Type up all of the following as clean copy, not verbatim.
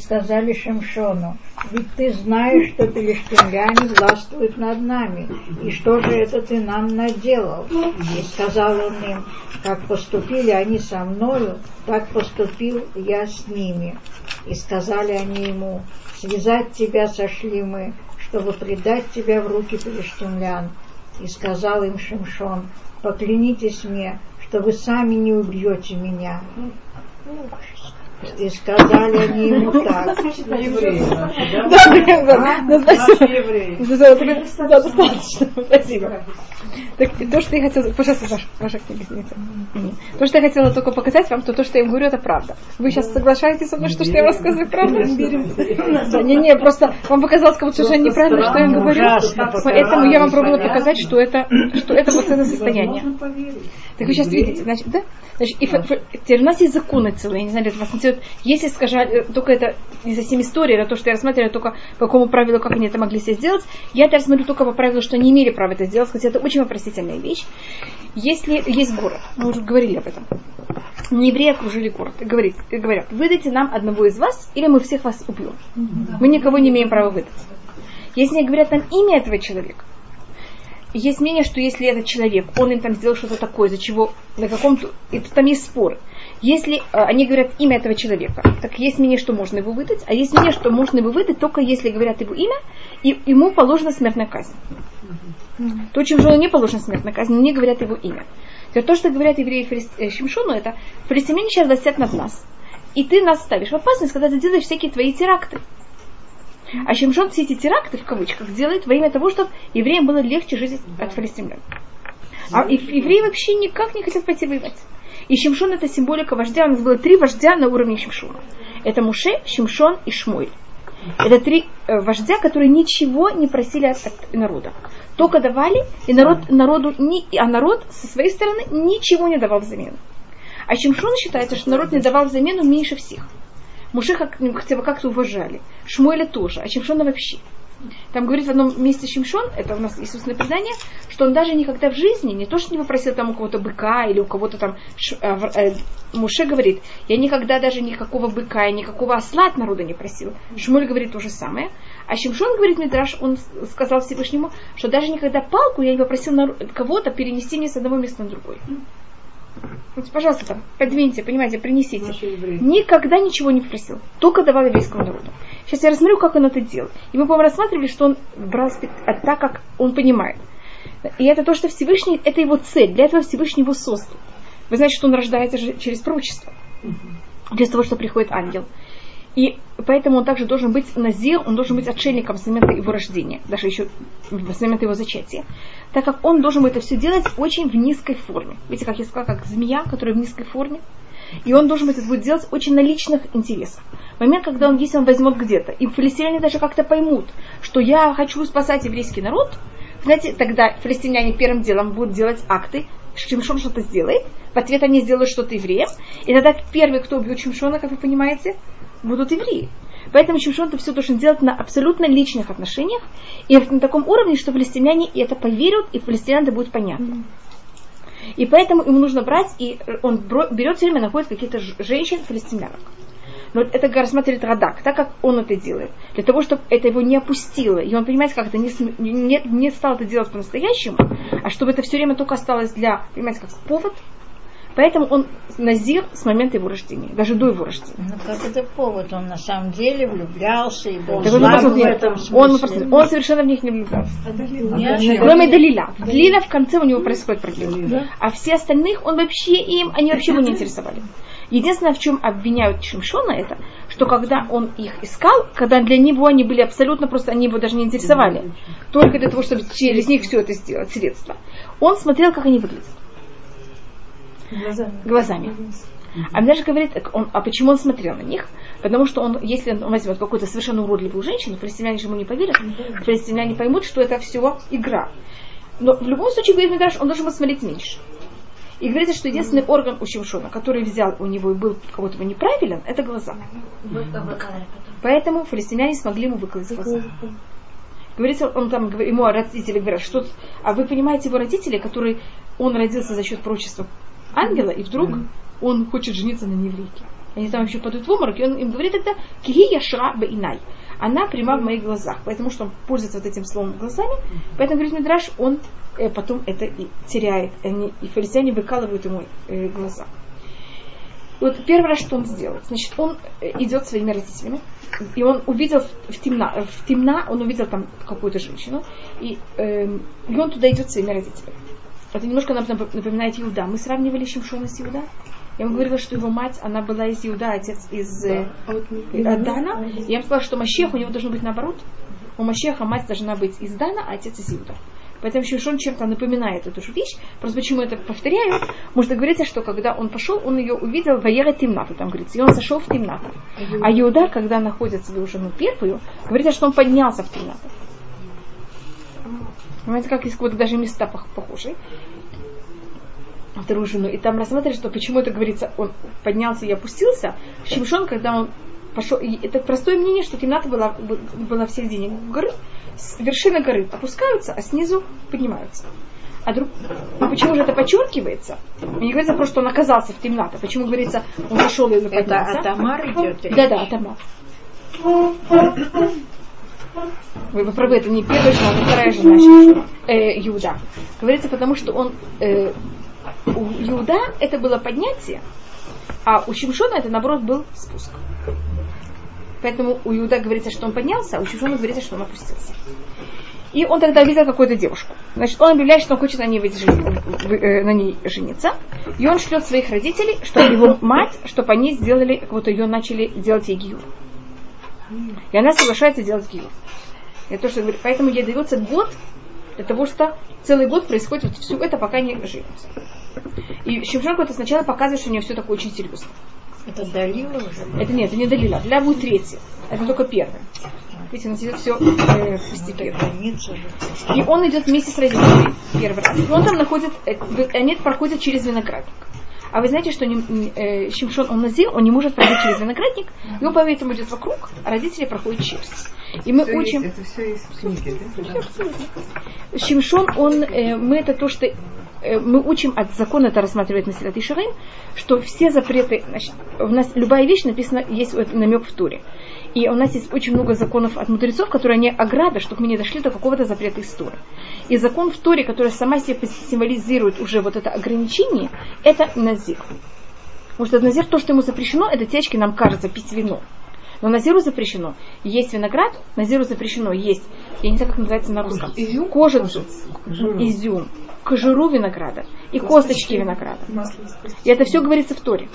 сказали Шимшону: ведь ты знаешь, что филистимляне властвуют над нами, и что же это ты нам наделал? И сказал он им: как поступили они со мною, так поступил я с ними. И сказали они ему: связать тебя сошли мы, чтобы предать тебя в руки филистимлян. И сказал им Шимшон: поклянитесь мне, что вы сами не убьете меня. И сказали они ему так. Спасибо. Так, то, что я хотела... Пожалуйста, ваша книга, извините. То, что я хотела только показать вам, то, что я им говорю, это правда. Вы сейчас соглашаетесь со мной, что я вам рассказываю правду? Не, просто вам показалось, как будто совершенно неправильно, что я говорю. Поэтому я вам пробовала показать, что это постоянное состояние. Так вы сейчас видите, значит, да? Значит, теперь у нас есть законы целые, я не знаю, это вас интересует. Если сказать, только это не совсем история, это то, что я рассматриваю только по какому правилу, как они это могли себе сделать, я это рассмотрю только по правилу, что они имели право это сделать, хотя это очень вопросительная вещь. Если есть город, мы уже говорили об этом, евреи окружили город и говорят: выдайте нам одного из вас, или мы всех вас убьем. Мы никого не имеем права выдать. Если они говорят нам имя этого человека, есть мнение, что если этот человек, он им там сделал что-то такое, из-за чего на каком-то... И там есть спор. Если они говорят имя этого человека, так есть мнение, что можно его выдать, а есть мнение, что можно его выдать только если говорят его имя, и ему положена смертная казнь. То, чем же не положена смертная казнь, но не говорят его имя. То, что говорят евреи Шимшону, это: филистимляне сейчас властят над нас, и ты нас ставишь в опасность, когда ты делаешь всякие твои теракты. А Шимшон все эти теракты, в кавычках, делает во имя того, чтобы евреям было легче жить от филистимлян. А евреи вообще никак не хотят пойти воевать. И Шимшон — это символика вождя. У нас было 3 вождя на уровне Шимшона. Это Муше, Шимшон и Шмуэль. Это 3 вождя, которые ничего не просили от народа. Только давали, и народ со своей стороны ничего не давал взамен. А Шимшон считается, что народ не давал взамену меньше всех. Муше хотя бы как-то уважали. Шмуэля тоже, а Шимшона вообще. Там говорит в одном месте Шимшон, это у нас естественное предание, что он даже никогда в жизни, не то что не попросил там у кого-то быка или у кого-то там, Муше говорит: я никогда даже никакого быка и никакого осла от народа не просил. Шмуэль говорит то же самое. А Шимшон говорит, Мидраш, он сказал Всевышнему, что даже никогда палку я не попросил кого-то перенести мне с одного места на другое. Вот, пожалуйста, там, подвиньте, понимаете, принесите. Никогда ничего не просил, только давал еврейскому народу. Сейчас я рассмотрю, как он это делал. И мы, по-моему, рассматривали, что он брал так, как он понимает. И это то, что Всевышний, это его цель, для этого Всевышний его создал. Вы знаете, что он рождается через пророчество, для того, что приходит ангел. И поэтому он также должен быть назир, он должен быть отшельником с момента его рождения, даже еще с момента его зачатия, так как он должен это все делать очень в низкой форме. Видите, как я сказала, как змея, которая в низкой форме. И он должен это будет делать очень на личных интересах. В момент, когда если он возьмет где-то, и филистимляне даже как-то поймут, что я хочу спасать еврейский народ, знаете, тогда филистимляне первым делом будут делать акты, Шимшон что-то сделает, в ответ они сделают что-то евреям, и тогда первый, кто убьет Шимшона, как вы понимаете, будут евреи. Поэтому Шимшон это все должен делать на абсолютно личных отношениях, и на таком уровне, что филистимляне это поверят, и филистимлянам это будет понятно. И поэтому ему нужно брать, и он берет все время, находит какие-то женщин филистимлянок. Но это рассматривает Радак, так как он это делает, для того, чтобы это его не опустило, и он, понимаете, как это не стал это делать по-настоящему, а чтобы это все время только осталось для, понимаете, как повод. Поэтому он назир с момента его рождения, даже до его рождения. Ну как это повод? Он на самом деле влюблялся и был слаб в этом смысле. Он совершенно в них не влюблялся. Кроме Далиля. Далиля в конце у него происходит проблема. А все остальных они вообще его не интересовали. Единственное, в чем обвиняют Шимшона, это, что когда он их искал, когда для него они были абсолютно просто, они его даже не интересовали, только для того, чтобы через них все это сделать, средства, он смотрел, как они выглядят. Глазами. А даже говорит, почему он смотрел на них? Потому что если он возьмет какую-то совершенно уродливую женщину, филистимляне же ему не поверят, филистимляне поймут, что это все игра. Но в любом случае, говорит Мидраш, он должен смотреть меньше. И говорится, что единственный орган у Шимшона, который взял у него и был кого-то неправилен, это глаза. Поэтому филистимляне смогли ему выколоть глаза. Говорится, ему родители говорят, что... А вы понимаете, его родители, он родился за счет пророчества ангела, и вдруг он хочет жениться на нееврейке. они там еще падают в обморок, и он им говорит это «Кихи яшра баинай». Она пряма в моих глазах, потому что он пользуется вот этим словом глазами, поэтому, говорит Мидраш, он потом это и теряет, и фарисеяне выкалывают ему глаза. Вот первый раз, что он сделал, значит, он идет своими родителями, и он увидел в темна, он увидел там какую-то женщину, и он туда идет своими родителями. Это немножко нам напоминает Иуда. Мы сравнивали Шимшона с Иуда. Я вам говорила, что его мать, она была из Иуда, отец из Дана. И я вам сказала, что Машех у него должно быть наоборот. У Машеха мать должна быть из Дана, а отец из Иуда. Поэтому Шимшон чем-то напоминает эту же вещь. Просто почему это повторяю? Может, говорится, что когда он пошел, он ее увидел, ваера темнату, там говорится, и он сошел в темнату. А Иуда, когда находит свою жену первую, говорится, что он поднялся в темнату. Понимаете, как есть вот даже места похожие. Вторую жену. И там рассматривали, что почему это говорится, он поднялся и опустился. Шимшон, когда он пошел, это простое мнение, что темната была в середине горы, вершины горы опускаются, а снизу поднимаются. Почему же это подчеркивается? Не говорится просто, что он оказался в темноте. Почему говорится, он зашел и поднялся? Это Атамар идет? Да, Атамар. Вы правы, это не первая жена, это вторая жена Иуда. Говорится, потому что он у Иуда это было поднятие, а у Шимшона это, наоборот, был спуск. Поэтому у Иуда говорится, что он поднялся, а у Шимшона говорится, что он опустился. И он тогда видел какую-то девушку. Значит, он объявляет, что он хочет на ней жениться. И он шлет своих родителей, чтобы его мать, чтобы они сделали, вот ее начали делать ей гиюр. И она соглашается делать гиюр. Это то, что говорит. Поэтому ей дается год для того, что целый год происходит вот все это, пока не женятся. И Шимшон это сначала показывает, что у нее все такое очень серьезно. Это Далила уже? Это нет, это не Далила. Далила будет третья. Это только первая. Видите, у нас идет все постепенно. И он идет вместе с родителями первый раз. И он там находит, они проходят через виноградник. А вы знаете, что Шимшон, он назир, он не может пройти через виноградник, и он поэтому идет вокруг, а родители проходят через. И мы учим... Это все есть в книге, да? Шимшон, мы это то, что мы учим от закона, это рассматривает Месилат Йешарим, что все запреты, значит, у нас любая вещь написана, есть намек в Торе. И у нас есть очень много законов от мудрецов, которые они ограда, чтобы мы не дошли до какого-то запрета из Торы. И закон в Торе, который сама себе символизирует уже вот это ограничение, это назир. Потому что назир, то, что ему запрещено, это течки, нам кажется, пить вино. Но назиру запрещено есть виноград, назиру запрещено есть, я не знаю, как называется на русском, кожицу, изюм, кожуру винограда и косточки винограда. И это все говорится в Торе.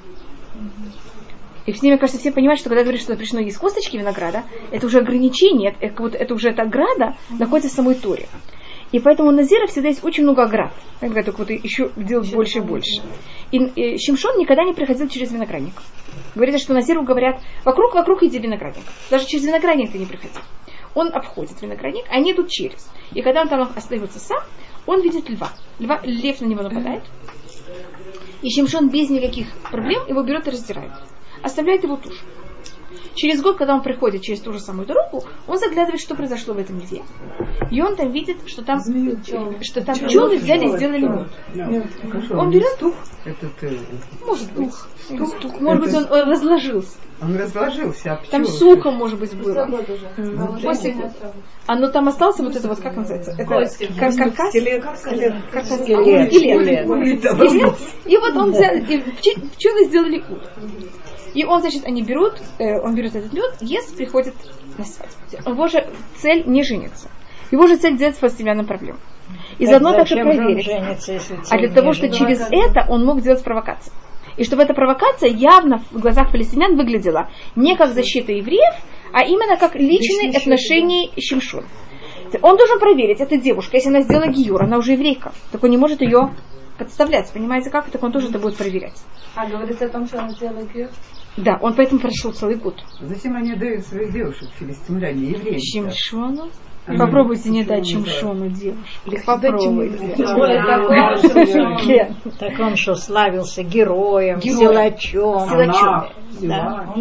И с ними, кажется, все понимают, что когда говорят, что запрещено есть косточки винограда, это уже ограничение, это уже эта ограда находится в самой Торе. И поэтому у назира всегда есть очень много оград. Только вот еще делают больше и больше. И Шимшон никогда не приходил через виноградник. Говорится, что назиру говорят, вокруг иди виноградник. Даже через виноградник ты не приходи. Он обходит виноградник, они идут через. И когда он там остается сам, он видит льва. Лев на него нападает. И Шимшон без никаких проблем его берет и раздирает. Оставляет его тушу. Через год, когда он приходит через ту же самую дорогу, он заглядывает, что произошло в этом льве. И он там видит, что там пчелы взяли и сделали мед. Он берет тух. Может быть. Может быть, он разложился. Он разложился, а пчелы... Там сухо, может быть, было. Оно там остался, вот это вот, как называется? Это каркас? Скелет. И вот он взял, пчелы сделали кур. И он, значит, они берут, он берет этот лед, ест, приходит на свадьбу. Его же цель не жениться. Его же цель сделать с фальстимянным проблем. И заодно также проверить. А для того, что через это он мог сделать провокацию. И чтобы эта провокация явно в глазах палестинян выглядела не как защита евреев, а именно как личные отношения Шимшона. Он должен проверить, эта девушка, если она сделала гиюр, она уже еврейка, так он не может ее подставлять. Понимаете как? Так он тоже это будет проверять. А говорится о том, что она сделала гиюр? Да, он поэтому прошел целый год. Зачем они дают своих девушек, филистимляне, евреи? Шимшону? Попробуйте не дать Шимшону девушек. Попробуйте. Так он что, славился героем, силачом. Да.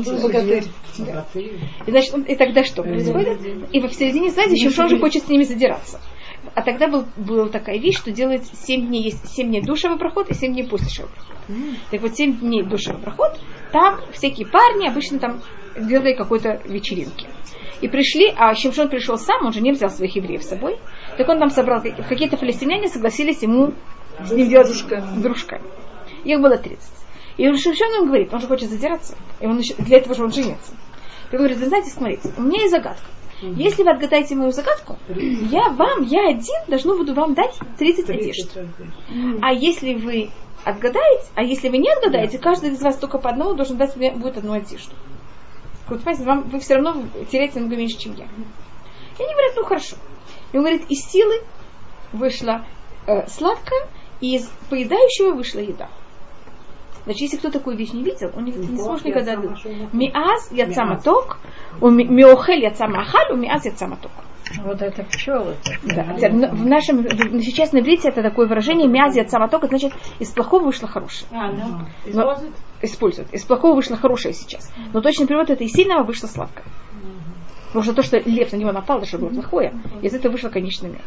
И, значит, и тогда что происходит? И в середине свадьбы Шимшон же хочет с ними задираться. А тогда была такая вещь, что делают 7 дней, есть 7 дней до Шава Брахот и 7 дней после Шава Брахот. Так вот, 7 дней до Шава Брахот, там всякие парни обычно там делали какой-то вечеринки. И пришли, а Шимшон пришел сам, он же не взял своих евреев с собой. Так он там собрал, какие-то филистимляне согласились ему с ним делать дружка. Их было 30. И Шимшон ему говорит, он же хочет задираться, и он еще, для этого же он женится. И он говорит, вы знаете, смотрите, у меня есть загадка. Если вы отгадаете мою загадку, я один должен буду вам дать 30 одежд. А если вы отгадаете, а если вы не отгадаете, каждый из вас только по одному должен дать мне будет одну одежду. Вот, понимаете, вы все равно теряете намного меньше, чем я. И они говорят, ну хорошо. И он говорит, из силы вышла сладкое, и из поедающего вышла еда. Значит, если кто такую вещь не видел, он не сможет никогда думать. Миаз яца маток, миохель яца махаль, миаз яца маток. Вот это пчелы. Да. В нашем, сейчас на иврите это такое выражение миаз яца маток, это значит, из плохого вышло хорошее. Используют. Из плохого вышло хорошее сейчас. Но точный перевод это из сильного вышло сладкое. Потому что то, что лев на него напал, даже было плохое, из этого вышло конечный мир.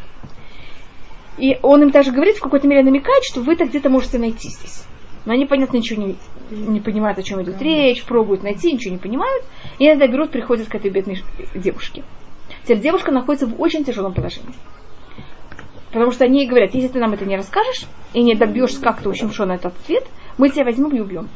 И он им также говорит, в какой-то мере намекает, что вы-то где-то можете найти здесь. Но они, понятно, ничего не понимают, о чем идет речь, пробуют найти, ничего не понимают. И иногда берут, приходят к этой бедной девушке. Теперь девушка находится в очень тяжелом положении. Потому что они ей говорят, если ты нам это не расскажешь, и не добьешься как-то у Шимшона этот ответ, мы тебя возьмем и убьем.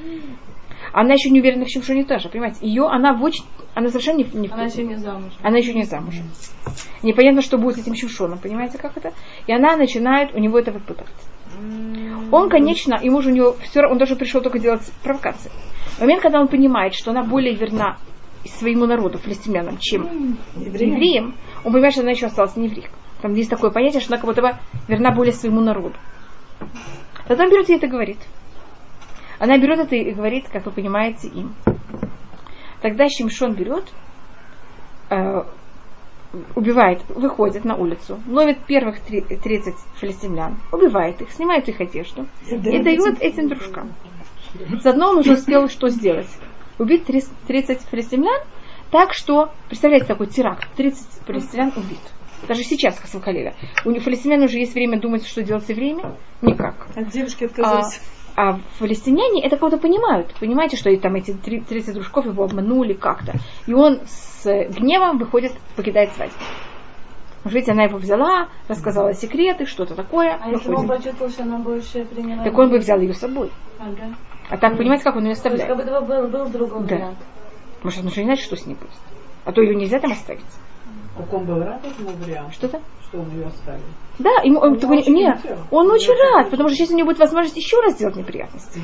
Она еще не уверена в Шимшоне тоже, понимаете? Она совершенно не Она еще не замужем. Она еще не замужем. Непонятно, что будет с этим Шимшоном, понимаете, как это? И она начинает у него это выпытывать. Он, конечно, ему же у него все, он даже пришел только делать провокации. В момент, когда он понимает, что она более верна своему народу, филистимлянам, чем евреям, он понимает, что она еще осталась не еврейка. Там есть такое понятие, что она как будто бы верна более своему народу. Тогда он берет и это говорит. Она берет это и говорит, как вы понимаете, им. Тогда Шимшон берет, убивает, выходит на улицу, ловит первых 30 филистимлян, убивает их, снимает их одежду и дает этим дружкам. Заодно он уже успел что сделать? Убить 30 филистимлян так, что, представляете, такой теракт, 30 филистимлян убит. Даже сейчас, Хасам Халиля. У филистимлян уже есть время думать, что делать с евреями? Никак. От девушки отказались. А филистимляне это кого-то понимают. Понимаете, что там эти 30 дружков его обманули как-то. И он с гневом выходит, покидает свадьбу. Видите, она его взяла, рассказала секреты, что-то такое. А если он почувствовал, что она больше приняла? Так он бы взял ее с собой. Ага. А так, понимаете, как он ее оставляет? То есть, как будто был другой вариант. Может, он уже не знает, что с ней будет. А то ее нельзя там оставить. Так он был рад этому варианту? Что-то? Что он ее оставил? Да, он очень рад, потому что сейчас у него будет возможность еще раз сделать неприятности.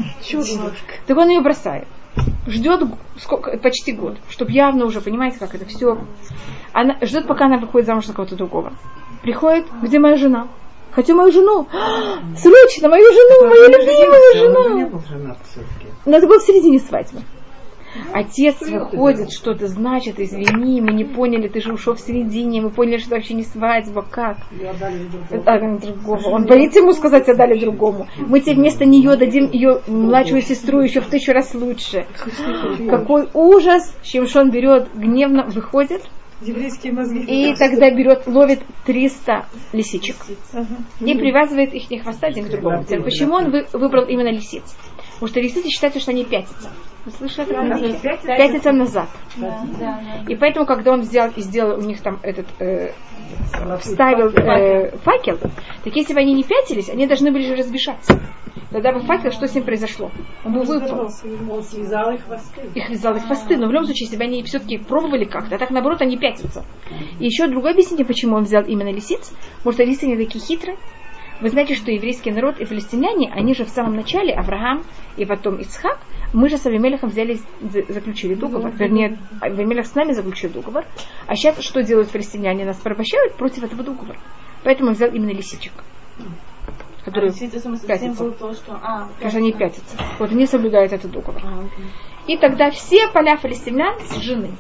Так он ее бросает. Ждет почти год, чтобы явно уже, понимаете, как это все. Она ждет, пока она выходит замуж за кого-то другого. Приходит, где моя жена? Хочу мою жену. Срочно, мою жену, мою любимую жену. Он не был женат все-таки. Надо было в середине свадьбы. Отец выходит, что это значит, извини, мы не поняли, ты же ушел в середине, мы поняли, что это вообще не свадьба, как? Отдали другого. Он боится ему сказать, отдали другому. Мы тебе вместо нее дадим ее младшую сестру еще в 1000 раз лучше. Какой ужас! Шимшон берет, гневно выходит, еврейские мозги. И тогда берет, ловит 300 лисичек и привязывает их к хвоста один к другому. Почему он выбрал именно лисиц? Потому что лисицы считаются, что они пятятся. Вы слышали? Пятятся назад. И поэтому, когда он сделал у них там этот, вставил факел, так если бы они не пятились, они должны были же разбежаться. Тогда бы факел, что с ним произошло? Он бы выпал. Он связал их хвосты. Их связал их хвосты, но в любом случае, если бы они все-таки пробовали как-то, а так наоборот они пятятся. И еще другое объяснение, почему он взял именно лисиц. Может, лисы не такие хитрые. Вы знаете, что еврейский народ и филистимляне, они же в самом начале, Авраам и потом Ицхак, мы же с Авимелехом заключили договор. Вернее, Авимелех с нами заключил договор. А сейчас что делают филистимляне? Нас порабощают против этого договора. Поэтому он взял именно лисичек. Которые пятятся. Потому что они пятятся. Вот они соблюдают этот договор. И тогда все поля филистимлян с жены.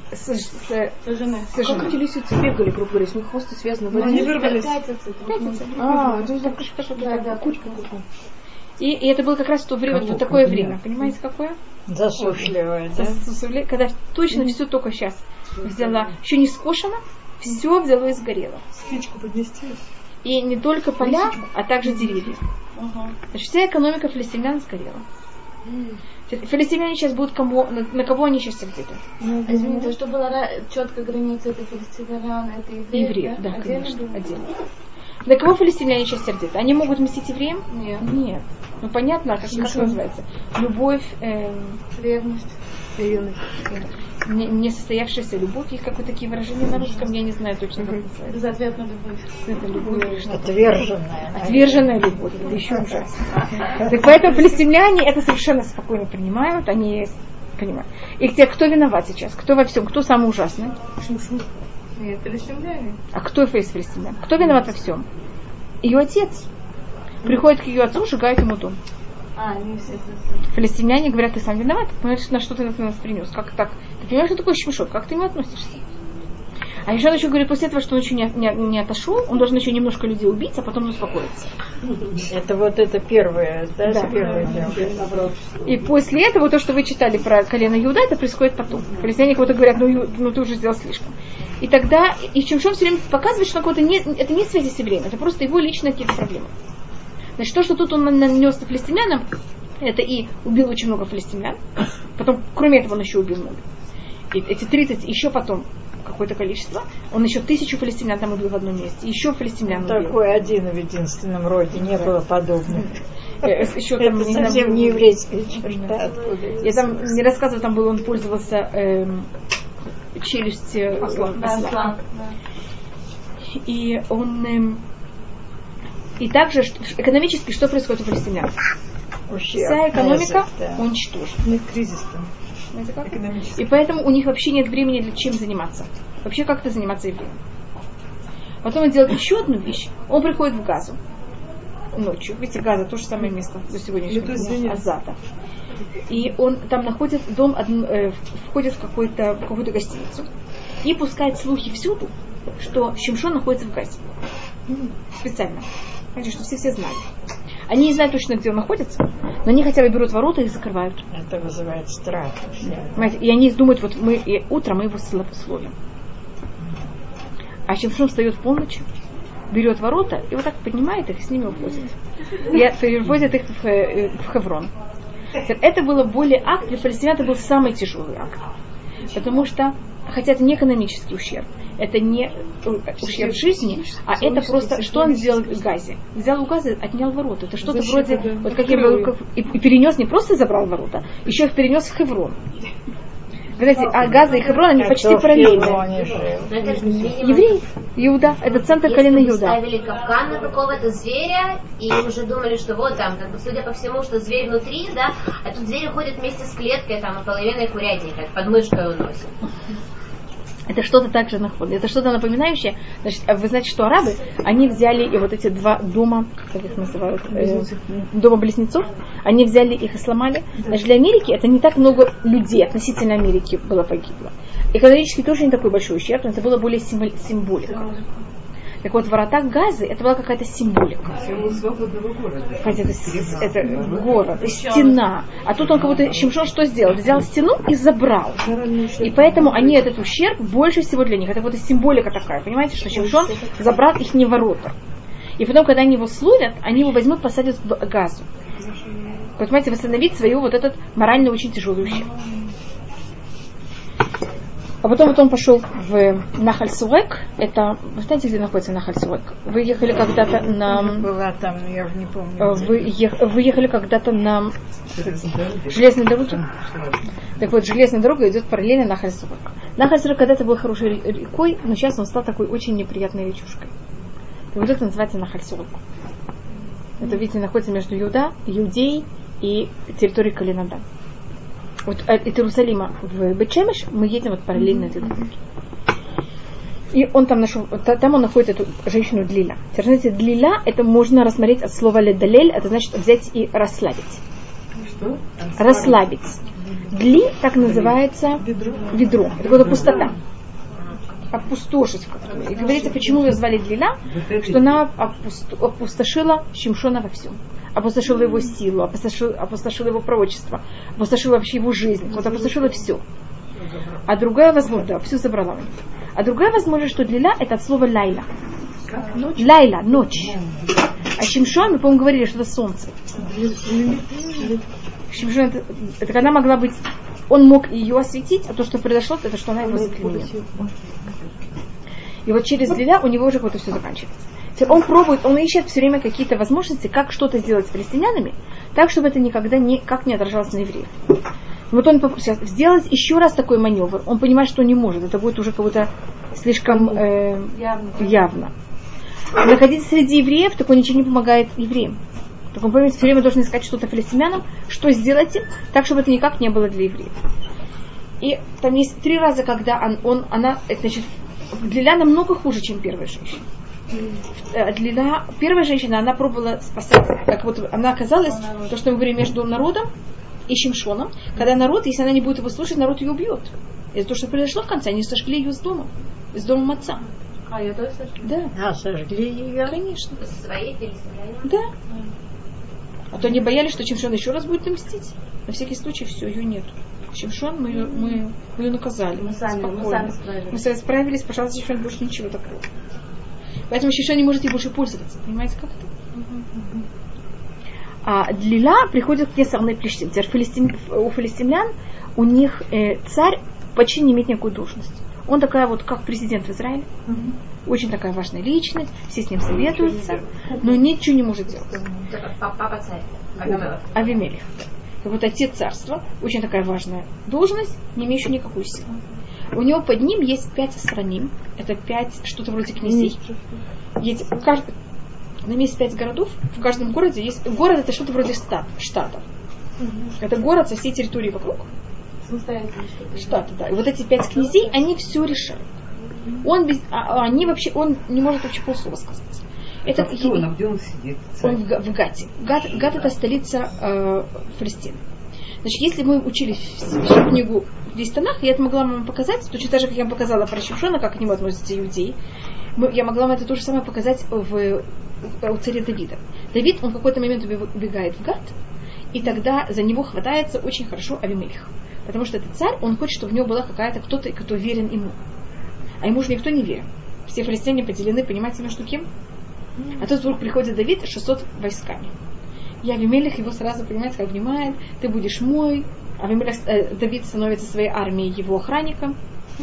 Как эти лисицы бегали, грубо говоря, с них хвосты связаны? Они вырвались. Пятятся. Кучка. И это было как раз в то время, вот такое время. Понимаете, какое? Засушливое, да? Когда точно все только сейчас взяла. Еще не скошено, все взяло и сгорело. Спичку поднести. И не только поля, а также деревья. Значит, вся экономика филистимлян сгорела. Филистимляне сейчас будут на кого они сейчас сердиты? Извините, что была четкая граница, это филистимлян, это евреи. Да, конечно, отдельно. На кого филистимляне сейчас сердиты? Они могут мстить евреям? Нет. Ну понятно, как называется? Любовь, Ревность. Несостоявшаяся любовь, есть какие-то такие выражения на русском, я не знаю точно, как называется. Безответная любовь. Это любовь. Отверженная. Отверженная любовь, это еще ужасно. Так поэтому филистимляне это совершенно спокойно принимают, они понимают. И те, кто виноват сейчас, кто во всем, кто самый ужасный? Нет, филистимляне. А кто из филистимлян? Кто виноват во всем? Ее отец. Приходит к ее отцу, сжигает ему дом. Не все. Филистимляне говорят, ты сам виноват, понимаешь, на что ты нас принес, как так? Ты понимаешь, что такое Шимшон, как ты к нему относишься? А еще он еще говорит, после этого, что он еще не отошел, он должен еще немножко людей убить, а потом успокоиться. Это вот это первое, да? Первое дело. И после этого, то, что вы читали про колено Иуда, это происходит потом. Филистимляне кого-то говорят, ну ты уже сделал слишком. И тогда, и Шимшон все время показывает, что это не связи с евреем, это просто его личные какие-то проблемы. Значит, то, что тут он нанес филистимлянам, это и убил очень много филистимлян, потом, кроме этого, он еще убил много. И эти 30, еще потом какое-то количество, он еще 1000 филистимлян там убил в одном месте, еще филистимлян убил. Такой один в единственном роде, не было подобного. Еще там это совсем не еврейская черта. Я там не рассказывала, там был, он пользовался челюстью осла. И он... И также экономически что происходит у филистимлян? Вся экономика уничтожена. Кризис там. И поэтому у них вообще нет времени для чем заниматься. Вообще как-то заниматься евреем. Потом он делает еще одну вещь. Он приходит в Газу ночью. Видите, Газа то же самое место до сегодняшнего дня. Азата. И он там находит дом, входит в какую-то гостиницу и пускает слухи всюду, что Шимшон находится в Газе. Специально. Знаете, что все знали. Они не знают точно, где он находится, но они хотя бы берут ворота и их закрывают. Это вызывает страх. Понимаете? И они думают, вот утром мы его словим. А Шимшон встает в полночь, берет ворота и вот так поднимает их и с ними уходит. И перевозит их в Хеврон. Это было более акт, для филистимлян это был самый тяжелый акт. Потому что, хотя это не экономический ущерб, это не ущерб жизни, а это просто, что он сделал в Газе? Взял у Газа, отнял ворота. Это что-то вроде, вот как я говорю, и перенес, не просто забрал ворота, еще их перенес в Хеврон. Знаете, а Газа и Хеврон, они почти параллельны. Евреи, Иуда, это центр колена Иуда. Ставили капкан на какого-то зверя, и уже думали, что вот там, как бы, судя по всему, что зверь внутри, да, а тут зверь ходит вместе с клеткой, там, и половиной курятника, под мышкой уносит. Это что-то также находит. Это что-то напоминающее. Значит, вы знаете, что арабы, они взяли и вот эти два дома, как их называют, дома близнецов, они взяли их и сломали. Значит, для Америки это не так много людей относительно Америки было погибло. Экономически тоже не такой большой ущерб, но это было более символика. Так вот, ворота Газы, это была какая-то символика. Это город, стена. А тут он кого-то, Шимшон что сделал? Взял стену и забрал. И поэтому они этот ущерб больше всего для них. Это вот и символика такая. Понимаете, что Шимшон забрал их не ворота. И потом, когда они его словят, они его возьмут, посадят в Газу. Понимаете, восстановить свою вот этот морально очень тяжелый ущерб. А потом вот он пошел в Нахаль-Сурек. Это, вы знаете, где находится Нахаль-Сурек? Вы ехали когда-то на... Была там, я уже не помню. Вы ехали когда-то на железной дороге? Так вот, железная дорога идет параллельно Нахаль-Сурек. Нахаль-Сурек когда-то был хорошей рекой, но сейчас он стал такой очень неприятной речушкой. И вот это называется Нахаль-Сурек. Это, видите, находится между Иудеей и территорией колена Дана. Вот от Иерусалима в Бет-Шемеш мы едем вот параллельно этой дороге. И он там нашел, там он находит эту женщину Длиля. Знаете, Длиля, это можно рассмотреть от слова ледалель, это значит взять и расслабить. Что? Расслабить. Дли, так называется ведро. Это какая-то пустота. Опустошить как-то. И говорится, почему ее звали Длиля, что она опустошила Шимшона во всем. Опустошила его силу, опустошила его пророчество, опустошила вообще его жизнь, вот опустошила все. А другая возможно, да, все забрала. А другая возможность, что длила, это от слова лайла. Лайла, ночь. А Шимшон, мы, по-моему, говорили, что это солнце. Шимшон, это когда могла быть, он мог ее осветить, а то, что произошло, это что она его заклинила. И вот через длила у него уже вот это все заканчивается. Он пробует, он ищет все время какие-то возможности, как что-то сделать с палестинянами, так, чтобы это никогда никак не отражалось на евреев. Вот он сейчас сделать еще раз такой маневр, он понимает, что не может, это будет уже как-то слишком явно. Находиться среди евреев, так он ничего не помогает евреям. Так он понимает, все время должен искать что-то палестинянам, что сделать им, так, чтобы это никак не было для евреев. И там есть 3 раза, когда она, значит, Длила намного хуже, чем первая женщина. Первая женщина, она пробовала спасать, как вот она оказалась, то, что мы говорим, между народом и Шимшоном, когда народ, если она не будет его слушать, народ ее убьет. Это то, что произошло в конце, они сожгли ее из дома отца. Я тоже сожгли? Да. Сожгли ее? Конечно. Своей переселяли? Да. А то они боялись, что Шимшон еще раз будет мстить. На всякий случай, все, ее нет. Шимшон, мы ее наказали. Мы сами справились, пожалуйста, Шимшон, больше ничего такого. Поэтому Шимшон не может ей больше пользоваться. Понимаете, как это? А Длила приходит к Несарной Плештим. Теперь у филистимлян у них царь почти не имеет никакой должности. Он такая вот, как президент в Израиле. Очень такая важная личность, все с ним советуются, но ничего не может делать. Папа царь. Авимелех. И вот отец царства, очень такая важная должность, не имеющая никакой силы. У него под ним есть 5 асраним, это 5 что-то вроде князей. Там есть 5 городов, в каждом городе есть... Город это что-то вроде штата. Это город со всей территории вокруг. Штаты, да. И вот эти 5 князей, они все решают. Он не может вообще полслова сказать. Это где он сидит? Он в Гате. Гат это столица Палестины. Значит, если мы учили всю книгу в 10 тонах, я это могла вам показать, точно так же, как я вам показала про Шимшона, как к нему относятся иудеи, я могла вам это то же самое показать у царя Давида. Давид, он в какой-то момент убегает в Гат, и тогда за него хватается очень хорошо Авимелех. Потому что этот царь, он хочет, чтобы у него была какая-то кто-то, кто верен ему. А ему же никто не верен. Все филистимляне поделены, понимаете, между кем? А тут вдруг приходит Давид 600 войсками. И Авимелех его сразу, понимаете, обнимает, ты будешь мой. Давид становится своей армией его охранником.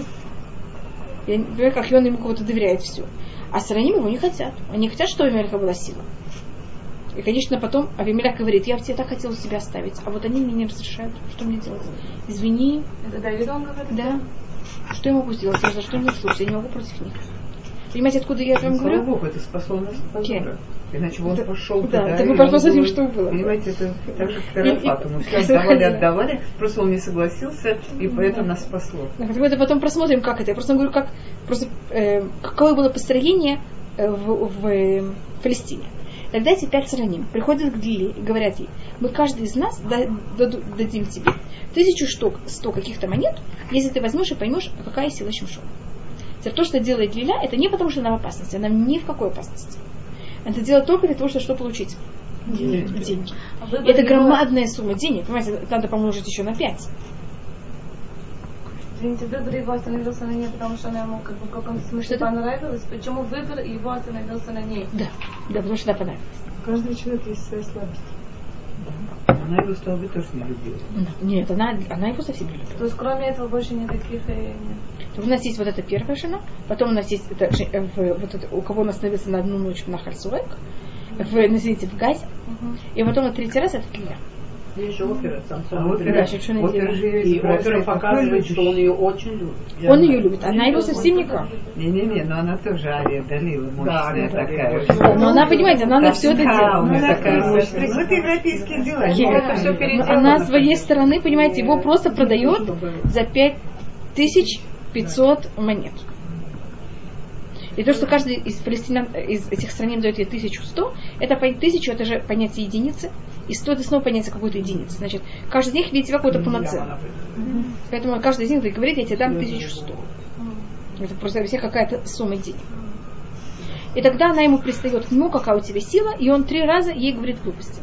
Я не понимаю, как он ему кого-то доверяет все. А сараним его не хотят. Они хотят, чтобы у Авимелеха была сила. И, конечно, потом Авимелех говорит, я тебе так хотел себя оставить, а вот они мне не разрешают. Что мне делать? Извини. Это Давид он говорит? Да. Что я могу сделать? За что мне слушать? Я не могу против них. Понимаете, откуда я вам говорю? Слава Богу, это спасло нас от позора. Иначе бы он пошел туда. Да, так мы посмотрим, что было. Понимаете, это так же, как Арафату. Мы все отдавали, просто он не согласился, и поэтому нас спасло. Давайте потом просмотрим, как это. Я просто говорю, какое было построение в Палестине. Тогда эти 5 сараним приходят к Длиле и говорят ей, мы каждый из нас дадим тебе 1100 каких-то монет, если ты возьмешь и поймешь, какая сила Шимшона. То, что делает Длила, это не потому, что она в опасности, она ни в какой опасности. Это делает только для того, чтобы что получить? Деньги. Это громадная сумма денег. Понимаете, надо помножить еще на 5. Извините, выбор его остановился на ней, потому что она ему в каком-то смысле понравилась. Почему выбор его остановился на ней? Да, потому что она понравилась. У каждого человека есть своя слабость. Она его, стала быть, тоже не любила. Нет, она его совсем не любила. То есть, кроме этого, больше никаких... У нас есть вот эта первая жена, потом у нас есть у кого он остановился на одну ночь на Харсуэк, в Газе, и потом на 3-й раз это Длила. Есть же опера, И опера показывает, что он ее очень любит. Он ее любит, она его совсем никак. Не-не-не, но она тоже Ария Далила, мощная такая. Но она, понимаете, она на все это делает. Вот европейские дела. Она с своей стороны, понимаете, его просто продает за 5500 монет. И то, что каждый из палестинян, из этих стран дает ей 1100, это 1000, это же понятие единицы, и 100 это снова понятие какой-то единицы. Значит, каждый из них видит себя какой-то полноценный. Поэтому каждый из них говорит, я тебе дам 1100. Это просто у всех какая-то сумма денег. И тогда она ему пристает к нему, какая у тебя сила, и он 3 раза ей говорит глупости.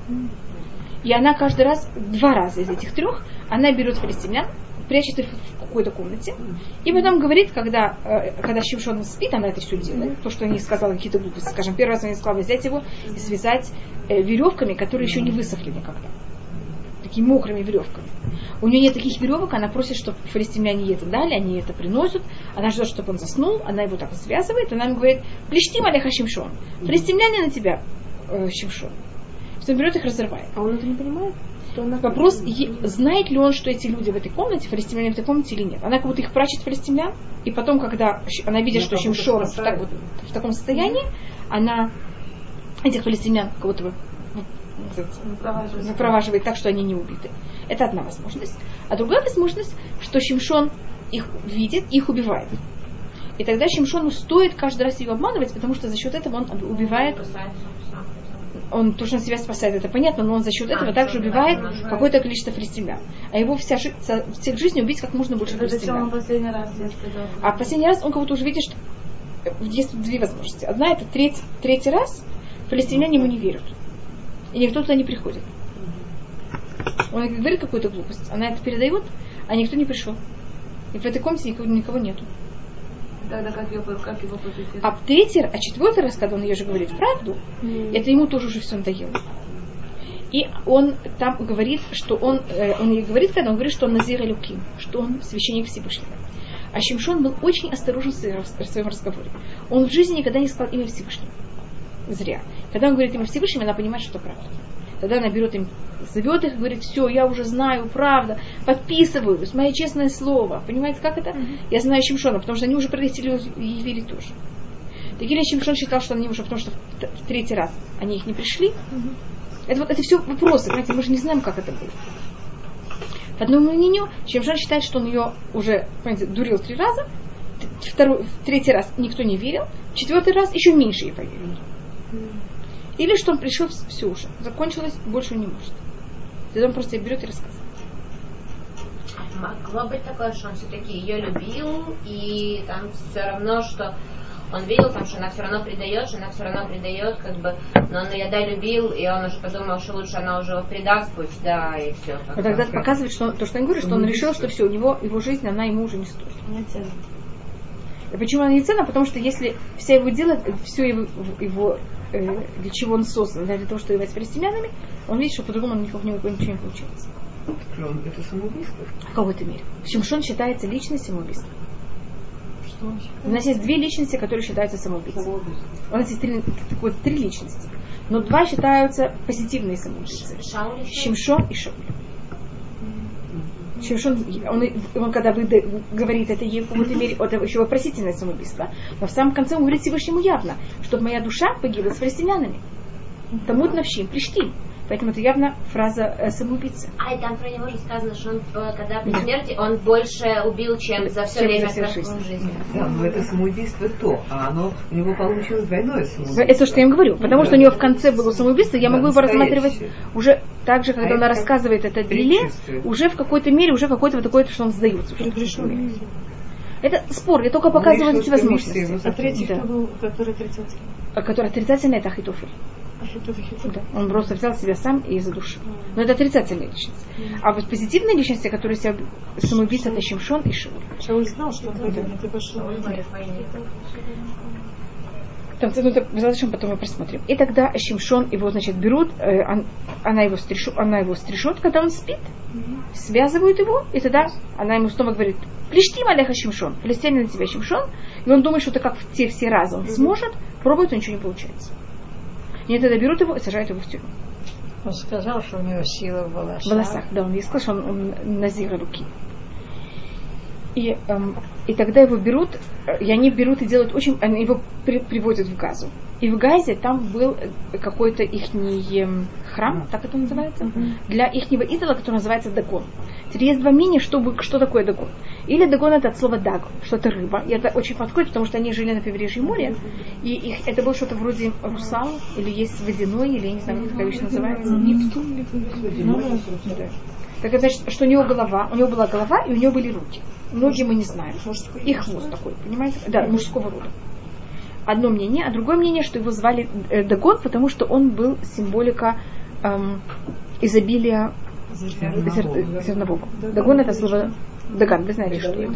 И она каждый раз, 2 раза из этих 3, она берет палестинян, прячет их какой-то комнате, и потом говорит, когда Шимшон спит, она это все делает, то, что они сказали какие-то глупости. Скажем, первый раз они сказали взять его и связать веревками, которые еще не высохли никогда. Такими мокрыми веревками. У нее нет таких веревок, она просит, чтобы филистимляне ей это дали, они это приносят, она ждет, чтобы он заснул, она его так связывает, она ему говорит: «Плештим алеха Шимшон, филистимляне на тебя, Шимшон». Что он берет их, разрывает. А он это не понимает? Вопрос, знает ли он, что эти люди в этой комнате, филистимляне в этой комнате или нет. Она как будто их прячет, филистимлян, и потом, когда она видит, что Шимшон в таком состоянии, она этих филистимлян как будто бы выпроваживает так, что они не убиты. Это одна возможность. А другая возможность, что Шимшон их видит и их убивает. И тогда Шимшону стоит каждый раз ее обманывать, потому что за счет этого он убивает. Он то, что он себя спасает, это понятно, но он за счет этого также убивает какое-то количество филистимлян. А его вся жизнь убить как можно больше филистимлян. А в последний раз он как-то уже видит, что есть две возможности. Одна — это третий раз филистимляне ему не верят. И никто туда не приходит. Он говорит какую-то глупость, она это передает, а никто не пришел. И в этой комнате никого нету. Тогда как его победить? А четвертый раз, когда он ей же говорит правду, это ему тоже уже все надоело. И он там говорит, что он ей говорит, когда он говорит, что он Назир Элоким, что он священник Всевышнего. А Шимшон был очень осторожен в своем разговоре. Он в жизни никогда не сказал имя Всевышнего. Зря. Когда он говорит имя Всевышнего, она понимает, что это правда. Тогда она берет им, зовет их и говорит: все, я уже знаю, правда, подписываюсь, мое честное слово. Понимаете, как это? Я знаю Шимшона, потому что они уже прилетели ей верить тоже. Так или Шимшон считал, что они уже, потому что в третий раз они их не пришли. Это все вопросы, понимаете, мы же не знаем, как это было. По одному мнению, Шимшон считает, что он ее уже, понимаете, дурил 3 раза, в третий раз никто не верил, 4-й раз еще меньше ей поверили. Или что он пришел, все уже, закончилось, больше не может. Тогда он просто берет и рассказывает. Могло быть такое, что он все-таки ее любил, и там все равно, что он видел, там, что она все равно предает, как бы, но он ее любил, и он уже подумал, что лучше она уже его предаст, пусть, да, и все. Но тогда это показывает, что то, что я говорю, что он решил, что все, его жизнь, она ему уже не стоит. Не ценна. И почему она не ценна? Потому что если вся его дело, все его для чего он создан, для того, чтобы воевать с филистимлянами, он видит, что по-другому у него ничего не получается. Это самоубийство? В какой-то мере. Шимшон считается личность самоубийства. У нас есть 2 личности, которые считаются самоубийцами. У нас есть 3 личности. Но 2 считаются позитивные самоубийцы. Шимшон и Шауль. Шимшон, он когда говорит это ей в какой-то мере, это еще вопросительное самоубийство. Но в самом конце он говорит Всевышнему явно, чтобы моя душа погибла с филистимлянами. Тамут навшим, приштим. Поэтому это явно фраза самоубийцы. А и там про него же сказано, что он, когда при смерти, он больше убил, чем за все время жизни. Да, но это самоубийство а оно у него получилось двойное самоубийство. Это что я им говорю. Потому что у него в конце было самоубийство, я могу его рассматривать уже так же, когда она рассказывает это Лиле, уже в какой-то мере, уже какой-то вот такой, что он сдается. Это спор, я только показываю эти возможности. А третий кто был, который отрицательный? Который отрицательный, это Ахитофель. Да. Он просто взял себя сам и задушил. Но это отрицательная личность. А вот позитивные личности, которые себя самоубийцы, это Шимшон и Шауль. Шауль знал, что он пойдет, и пошел. Зачем потом мы просмотрим. И тогда Шимшон его, значит, берут, она его стрижет, когда он спит, связывают его, и тогда она ему снова говорит: «Плештим алеха Шимшон, филистимляне на тебя, Шимшон». И он думает, что это как в те все разы он сможет, пробует, но ничего не получается. И тогда берут его и сажают его в тюрьму. Он сказал, что у него сила в волосах. В волосах, да, он ей сказал, что он Назир Элоким. И тогда его берут, и они берут и делают они его приводят в Газу. И в Газе там был какой-то ихний храм, так это называется, для ихнего идола, который называется Дагон. Теперь есть 2 мнения, что такое Дагон. Или Дагон это от слова даг, что-то рыба. И это очень подходит, потому что они жили на побережье моря, и это было что-то вроде русал, или есть водяной, или я не знаю, как такая вещь называется. Так это значит, что у него была голова, и у него были руки. Ноги мы не знаем. И хвост такой, понимаете? Да, мужского рода. Одно мнение, а другое мнение, что его звали Дагон, потому что он был символика изобилия зернового. Дагон это слово Даган, вы знаете, что это.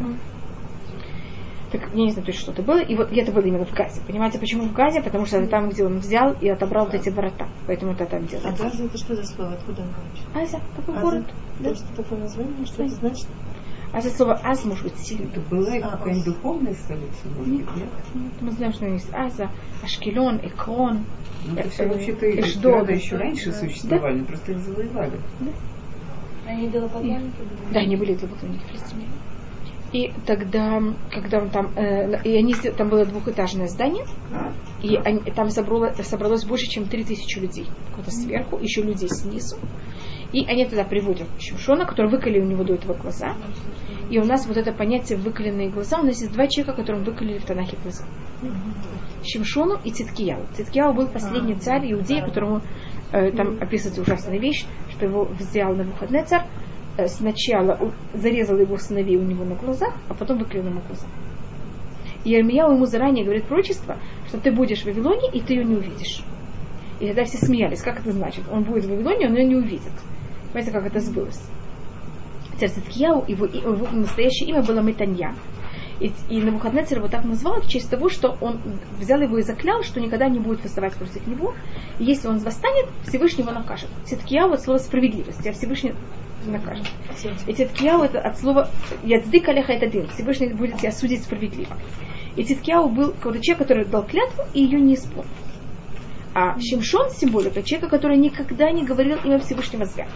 Так, я не знаю точно, что это было. И вот это было именно в Газе. Понимаете, почему в Газе? Потому что это там, где он взял и отобрал вот эти ворота. Поэтому это там делается. А Газа это что за слово? Откуда оно вообще? Аза, такой город. Да? Что такое название? Что это значит? А это слово Аз может быть сильный. Это была какая-нибудь духовная столица, может быть, нет? Мы знаем, что есть Аза, Ашкелон, Экрон, Это все вообще-то Эшдод. еще раньше существовали, просто их завоевали. Они идолопоклонники? Да, они были идолопоклонники филистимляне. И тогда, когда он там, и они, там было двухэтажное здание, и там собралось больше, чем 3000 людей. Кто-то сверху, еще людей снизу. И они туда приводят Шимшона, который выколи у него до этого глаза. И у нас вот это понятие выколенные глаза, у нас есть два человека, которым выколили в Танахе глаза. Шимшону и Циткияу. Циткияу был последний царь Иудеи, которому там описывается ужасная вещь, что его взял Навуходоносор, сначала зарезал его сыновей у него на глазах, а потом выколол ему глаза. И Ирмияу ему заранее говорит пророчество, что ты будешь в Вавилоне, и ты ее не увидишь. И тогда все смеялись. Как это значит? Он будет в Вавилоне, он ее не увидит. Понимаете, как это сбылось? Царь Циткияу, его настоящее имя было Метанья. И Навуходоносор его так назвал в честь того, что он взял его и заклял, что никогда не будет восставать против него. И если он восстанет, Всевышний его накажет. Циткияу от слова справедливость, а Всевышний накажет. И Циткияу это от слова яддик алеха это дин. Всевышний будет тебя судить справедливо. И Циткияу был какой-то человек, который дал клятву и ее не исполнил. А Шимшон символика человека, который никогда не говорил имя Всевышнего зря.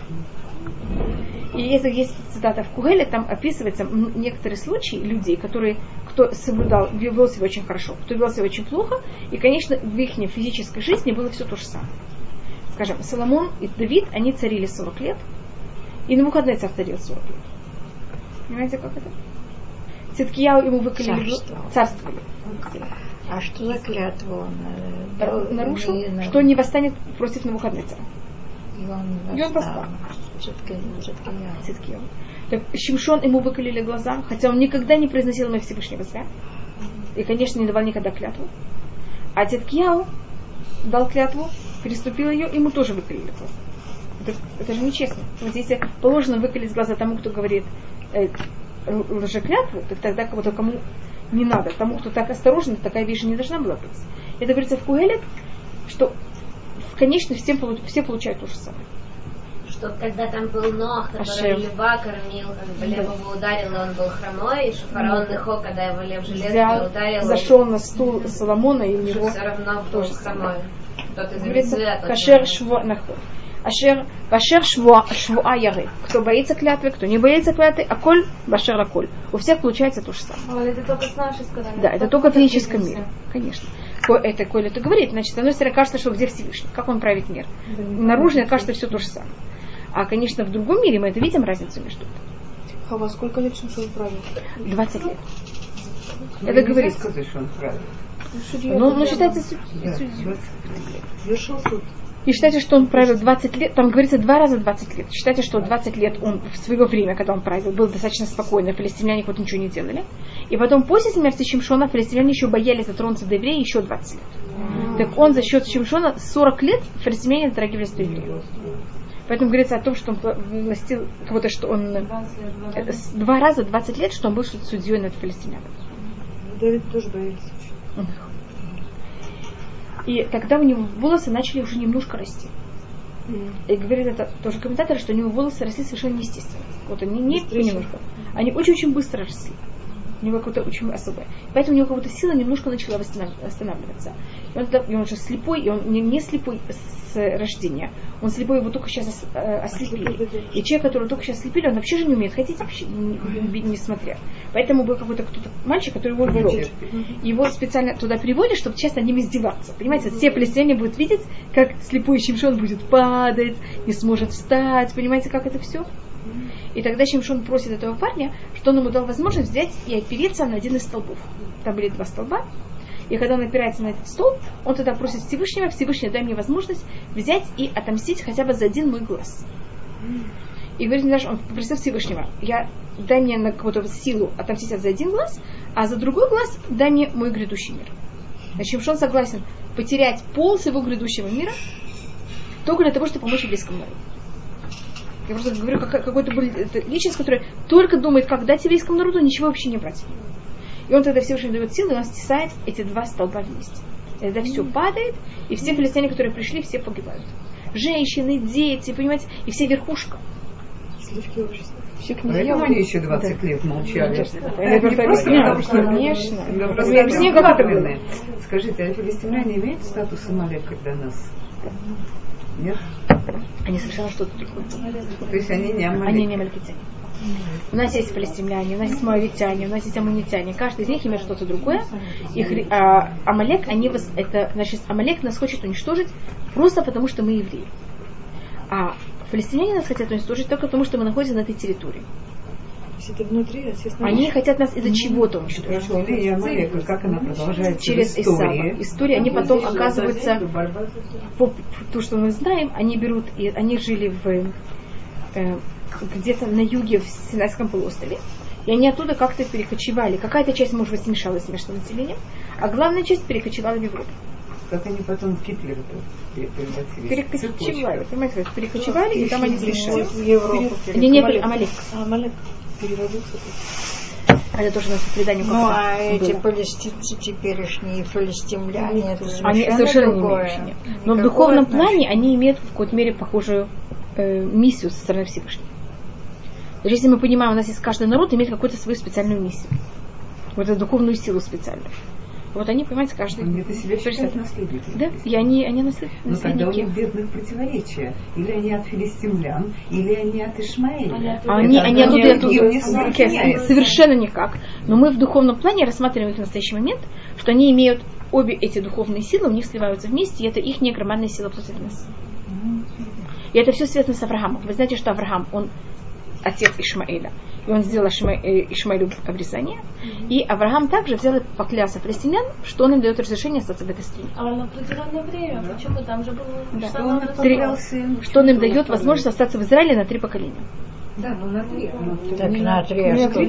И если есть цитата в Кугеле, там описывается некоторые случаи людей, которые, кто соблюдал, вел себя очень хорошо, кто вел себя очень плохо, и, конечно, в их физической жизни было все то же самое. Скажем, Соломон и Давид, они царили 40 лет, и Навуходоносор царил 40 лет. Понимаете, как это? Циткияу ему выколили царствовали. А что за клятву он нарушил? Что не восстанет против Навуходоносора. И он восстал. Циткияу. Так Шимшон ему выколили глаза, хотя он никогда не произносил имя Всевышнего зря. И, конечно, не давал никогда клятву. А Циткияу дал клятву, переступил ее, ему тоже выколили глаза. Это же нечестно. Вот если положено выколить глаза тому, кто говорит лжеклятву, так тогда кого-то кому не надо. Тому, кто так осторожен, такая вещь не должна была быть. Это говорится в Кугеле, что конечно все получают то же самое. Что когда там был Ноах, который льва кормил, как бы лев его ударил, и он был хромой, и фараон Нехо, когда его лев железный ударил, зашел на стул Соломона, и у него все равно был хромой. Говорится, кашер шво нахо. Башер швуа яры. Кто боится клятвы, кто не боится клятвы, а коль башер лаколь. У всех получается то же самое. Это только с нашей стороны. Да, это только в физическом мире. Конечно. Это коль это говорит, значит, с одной стороны кажется, что где Всевышний, как он правит мир. Наружно кажется все то же самое. А, конечно, в другом мире мы это видим разницу между этим. Хава, сколько лет Шимшон правил? 20 лет. Это говорит. Сказать, что он правил. Ну, считается судьей. Вершил суд. И считайте, что он правил 20 лет, там говорится 2 раза 20 лет. Считайте, что 20 лет он в свое время, когда он правил, был достаточно спокойный, филистимляне вот ничего не делали. И потом после смерти Шимшона филистимляне еще боялись дотронуться до евреев еще 20 лет. Так он за счет Шимшона 40 лет филистимляне дотрагивались до евреев. Поэтому говорится о том, что он властил кого-то, что он 2 раза 20 лет, что он был судьей над филистимлянами. Давид тоже боится. И тогда у него волосы начали уже немножко расти. И говорит это тоже комментатор, что у него волосы росли совершенно неестественно. Вот они не немножко. Они очень-очень быстро росли. У него какое-то очень особое. Поэтому у него какая-то сила немножко начала восстанавливаться. И он же слепой, и он не слепой с рождения. Он слепой, его только сейчас ослепили. И человек, которого только сейчас ослепили, он вообще же не умеет ходить, вообще не смотря. Поэтому был какой-то мальчик, который его вел. Его специально туда приводят, чтобы часто над ним издеваться. Понимаете, все палестиняне будут видеть, как слепой Шимшон будет падать, не сможет встать. Понимаете, как это все? И тогда Шимшон просит этого парня, что он ему дал возможность взять и опереться на один из столбов. Там были 2 столба. И когда он опирается на этот столб, он тогда просит Всевышнего: Всевышний, дай мне возможность взять и отомстить хотя бы за один мой глаз. И говорит, он попросил Всевышнего: дай мне на какую-то силу отомстить за один глаз, а за другой глаз дай мне мой грядущий мир. Значит, Шимшон согласен потерять пол своего грядущего мира только для того, чтобы помочь еврейскому народу. Я просто говорю, какой-то личность, которая только думает, как дать еврейскому народу, ничего вообще не брать. И он тогда Всевышний дает силы, и он стесает эти два столба вместе. И тогда все падает, и все филистимляне, которые пришли, все погибают. Женщины, дети, понимаете, и все верхушка. Сливки общества. Все князья. Поэтому они еще 20 лет молчали. Я просто объясняю, конечно. Я объясню, как это было. Скажите, а филистимляне имеют статус Амалек, когда нас? Нет? Они совершенно что-то другое. То есть они не Амалек? Они не амаликитяне. У нас есть палестимляне, у нас есть моавитяне, у нас есть амунитяне. Каждый из них имеет что-то другое. Амалек, Амалек нас хочет уничтожить просто потому, что мы евреи. А палестиняне нас хотят уничтожить только потому, что мы находимся на этой территории. Это внутри, они хотят нас из-за чего-то уничтожить. Хорошо, линия Амалека, как она продолжается? Через Исава. История, они потом оказываются, по то, что мы знаем, они берут, и они жили где-то на юге в Синайском полуострове, и они оттуда как-то перекочевали. Какая-то часть, может быть, смешалась с местным населением, а главная часть перекочевала в Европу. Как они потом в Гитлера перекочевали, понимаете, перекочевали, и там они смешались в Европу. Они не были Амалек. Амалек переродился. Это тоже у нас в предании. Ну, а эти палестинцы теперешние, филистимляне, это они совершенно не имеют. Но в духовном плане они имеют в какой-то мере похожую миссию со стороны Всевышнего. Если мы понимаем, у нас есть каждый народ имеет какую-то свою специальную миссию. Вот эту духовную силу специальную. Вот они, понимаете, каждый... Они это себя считают наследниками. Да, и они наследники. Но тогда у них бедных противоречия. Или они от филистимлян, или они от Ишмаэля. Они оттуда совершенно никак. Но мы в духовном плане рассматриваем их в настоящий момент, что они имеют обе эти духовные силы, у них сливаются вместе, и это их громадная сила против нас. И это все связано с Авраамом. Вы знаете, что Авраам, он отец Ишмаэля. И он сделал Ишмаэлю обрезание. И Авраам также взял и поклялся палестинян, что он им дает разрешение остаться в этой стране. А на определенное время, почему там же было... Что он им дает возможность остаться в Израиле на 3 поколения. Да, ну на 3. Так на 3.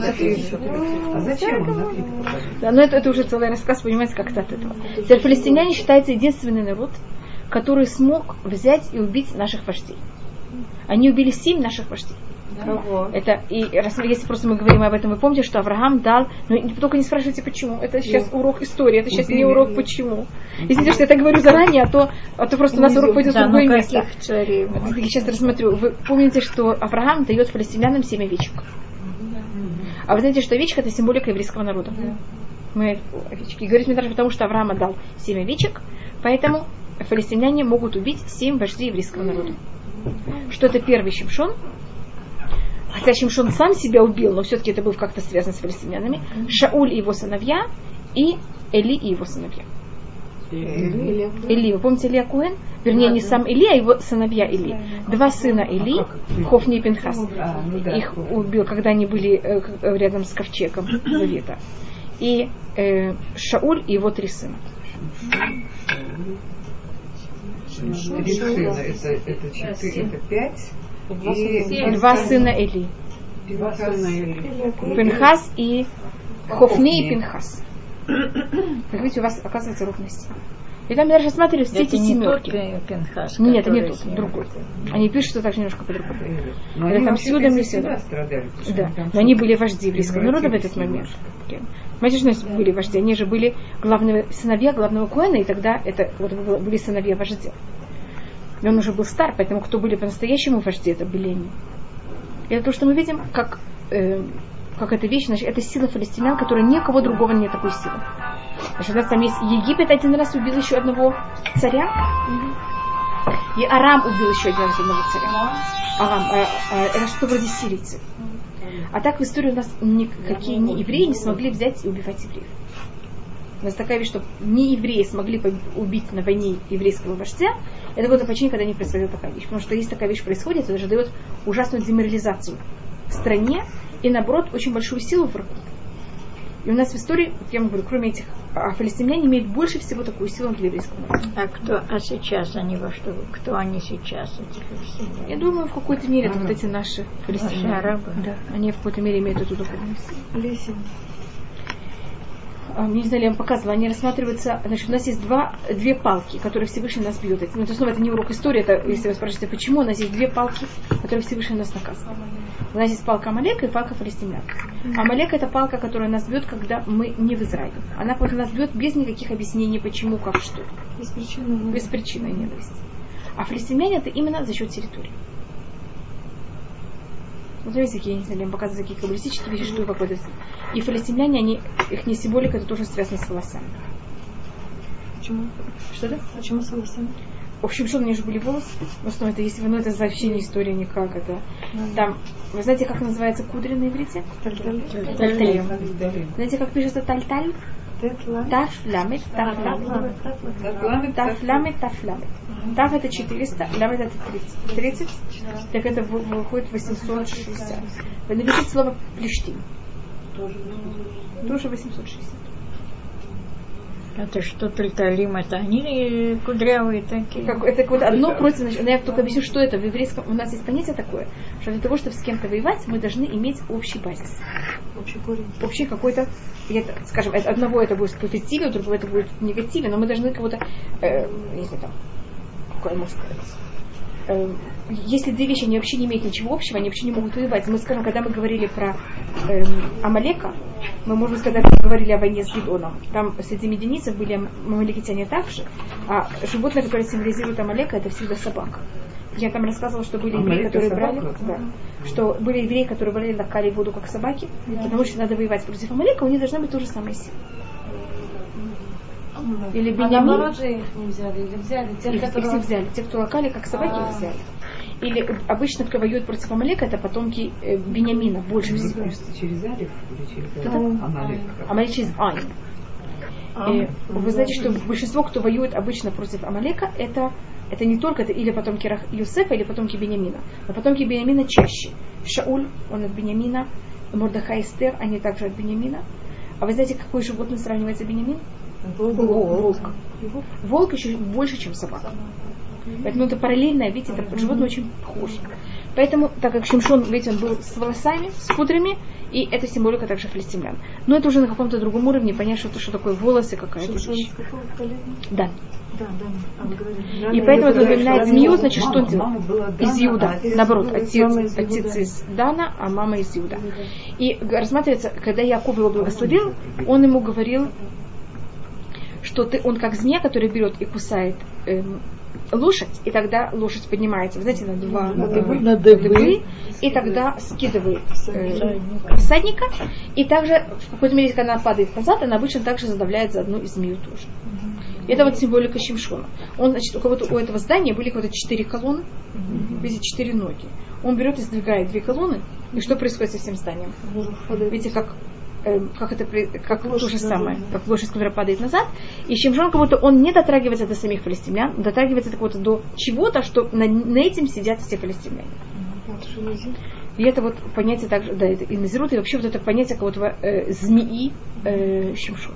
А зачем он на 3? Да, но это уже целый рассказ, понимаете, как-то от этого. Теперь палестиняне считаются единственный народ, который смог взять и убить наших вождей. Они убили 7 наших вождей. Это, и если просто мы говорим об этом, вы помните, что Авраам дал, ну только не спрашивайте почему, это сейчас урок истории, это сейчас не урок почему. Извините, что я так говорю заранее, а то просто у нас урок пойдет в другое место. Я сейчас рассмотрю. Вы помните, что Авраам дает палестинянам 7 овечек. А вы знаете, что овечка — это символика еврейского народа. Мы овечки. И говорит мне даже потому, что Авраам отдал 7 овечек, поэтому палестиняне могут убить 7 вождей еврейского народа. Что это первый Шимшон. Хотя Шимшон сам себя убил, но все-таки это было как-то связано с палестинянами. Шауль и его сыновья, и Эли и его сыновья. Эли, вы помните Илия Коэн? Вернее, не сам Эли, а его сыновья Эли. 2 сына Эли, Хофни и Пинхас. Их убил, когда они были рядом с ковчегом Завета. И Шауль и его 3 сына. 3 сына, это 4, это 5. И 2 сына Эли. Пинхас и Хофни и Пинхас. Как видите, у вас оказывается ровность. И там я даже рассматриваю все эти 7. Нет, это не тот, другой. Они пишут, что так немножко по-другому. Это там сюда, не сюда. Да. Но они были вожди еврейского народа в этот момент. Понимаете, что были вожди? Они же были сыновья главного коэна, и тогда это вот были сыновья вождя. И он уже был стар, поэтому кто были по-настоящему вожди, это были они. И это то, что мы видим, как эта вещь, значит, это сила палестинян, которая ни у кого другого нет такой силы. Значит, у нас там есть Египет один раз убил еще одного царя, и Арам убил еще один раз одного царя. Арам, это что вроде сирийцы. А так в истории у нас никакие ни евреи не смогли взять и убивать евреев. У нас такая вещь, что не евреи смогли убить на войне еврейского вождя, это было почти никогда не происходила такая вещь. Потому что если такая вещь происходит, это же дает ужасную деморализацию в стране и, наоборот, очень большую силу врагу. И у нас в истории, вот я вам говорю, кроме этих, палестиняне имеют больше всего такую силу для еврейского народа. А сейчас они во что? Кто они сейчас, эти палестиняне? Я думаю, в какой-то мере это вот эти наши палестиняне. Да, они в какой-то мере имеют эту духовную силу. не знаю, я вам показывала, они рассматриваются, значит, у нас есть две палки, которые Всевышний нас бьет. Ну, это снова это не урок истории, это, если вы спрашиваете, почему, у нас есть две палки, которые Всевышний нас наказывает. У нас есть палка Амалека и палка филистимлян. Амалека — это палка, которая нас бьет, когда мы не в Израиле. Она нас бьет без никаких объяснений, почему, как, что. Без причины. Без причины ненависти. А филистимляне — это именно за счет территории. Вот видите, я не знаю, я вам показываю такие каббалистические вещи, что какой-то. И филистимляне, их не символика, это тоже связано с волосами. Почему? Что это? Почему с волосами? В общем, что у меня же были волосы. В основном это если это вообще не история никак. Это там, вы знаете, как называется кудри на иврите? Тальталь. Знаете, как пишется тальталь? Таф ламет, таф ламет. Таф ламет, таф ламет. Таф это 400, ламет это 30. Так это выходит 860. Вы напишите слово плештим. Тоже 860. Это что, тальталим, это они кудрявые такие? Это вот одно против... Я только объясню, что это. В еврейском у нас есть понятие такое, что для того, чтобы с кем-то воевать, мы должны иметь общий базис. Общий корень. Общий какой-то... Скажем, от одного это будет в позитиве, у другого это будет в негативе, но мы должны кого-то... не знаю, там... Какое можно сказать? Если две вещи они вообще не имеют ничего общего, они вообще не могут воевать. Мы скажем, когда мы говорили про Амалека, мы, может быть, когда говорили о войне с Гидоном, там среди мединицев были амаликитяне также, а животное, которое символизирует Амалека, это всегда собака. Я там рассказывала, что были евреи, которые брали, что были евреи, которые брали на каре воду как собаки, потому что надо воевать против Амалека, у них должна быть то же самое сила. Или Беньямин. А наоборот же их не взяли, или взяли тех, которые... Их взяли. Те, кто локали, как собаки, их взяли. Или обычно, кто воюет против Амалека, это потомки Беньямина, больше всего. Через Алиф или через Амалек? Амалек через Айн. Вы знаете, что большинство, кто воюет обычно против Амалека, это не только это или потомки Юсефа, или потомки Беньямина. Но потомки Беньямина чаще. Шауль, он от Беньямина, Мордехай и Эстер, они также от Беньямина. А вы знаете, какое животное сравнивается Беньямин? Волк. Волк еще больше, чем собака. Поэтому это параллельное, видите, это животное очень похоже. Поэтому, так как Шимшон, видите, он был с волосами, с кудрями, и это символика также филистимлян. Но это уже на каком-то другом уровне, понять, что такое волосы, какая-то вещь. Да. И поэтому это напоминает змею, значит, что он делал? Из Иуда. Наоборот, отец из Дана, а мама из Иуда. И рассматривается, когда Яков его благословил, он ему говорил, что он как змея, которая берет и кусает лошадь, и тогда лошадь поднимается, вы знаете, на два дыбы, и тогда скидывает всадника, и также в какой-то мере, когда она падает назад, она обычно также задавляет за одну из змею тоже. Это вот символика Шимшона. Он, значит, у этого здания были какие-то 4 колонны, видите, 4 ноги. Он берет и сдвигает 2 колонны, и что происходит со всем зданием? Видите, как то же самое, как лошадь, которая падает назад, и Шимшон, как будто он не дотрагивается до самих филистимлян, дотрагивается до чего-то, что на этим сидят все филистимляне. И это вот понятие также, да, это и Назирут, и вообще вот это понятие какого-то змеи Шимшона.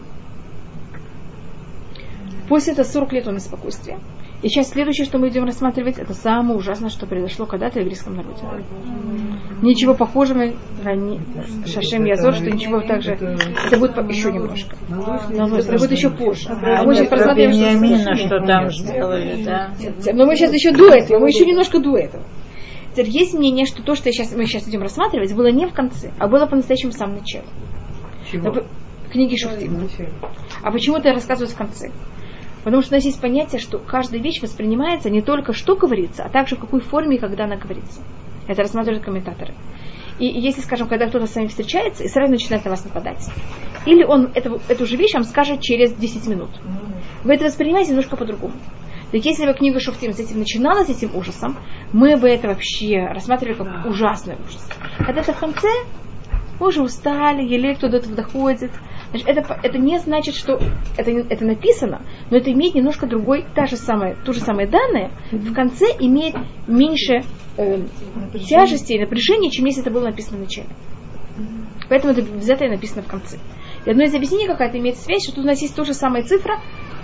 После этого 40 лет он на спокойствии. И сейчас следующее, что мы идем рассматривать, это самое ужасное, что произошло когда-то в еврейском народе. Ничего похожего, Шашем Язор, что ничего так же. Это будет еще немножко. Но это будет еще позже. А мы сейчас просмотрим, что там сделали, да? Но мы сейчас еще до этого, мы еще немножко до этого. Теперь есть мнение, что то, что мы сейчас идем рассматривать, было не в конце, а было по-настоящему в самом начале. Книги Шуфтим. А почему это рассказывают в конце? Потому что у нас есть понятие, что каждая вещь воспринимается не только что говорится, а также в какой форме и когда она говорится. Это рассматривают комментаторы. И если, скажем, когда кто-то с вами встречается и сразу начинает на вас нападать, или он эту же вещь вам скажет через 10 минут, вы это воспринимаете немножко по-другому. Так если бы книга Шуфтим с этим начиналась, с этим ужасом, мы бы это вообще рассматривали как ужасный ужас. Когда это в конце, мы уже устали, еле кто до этого доходит. Значит, это не значит, что это написано, но это имеет немножко другой, то же самое данное, в конце имеет меньше тяжести и напряжения, чем если это было написано в начале. Поэтому это взято и написано в конце. И одно из объяснений какая-то имеет связь, что тут у нас есть та же самая цифра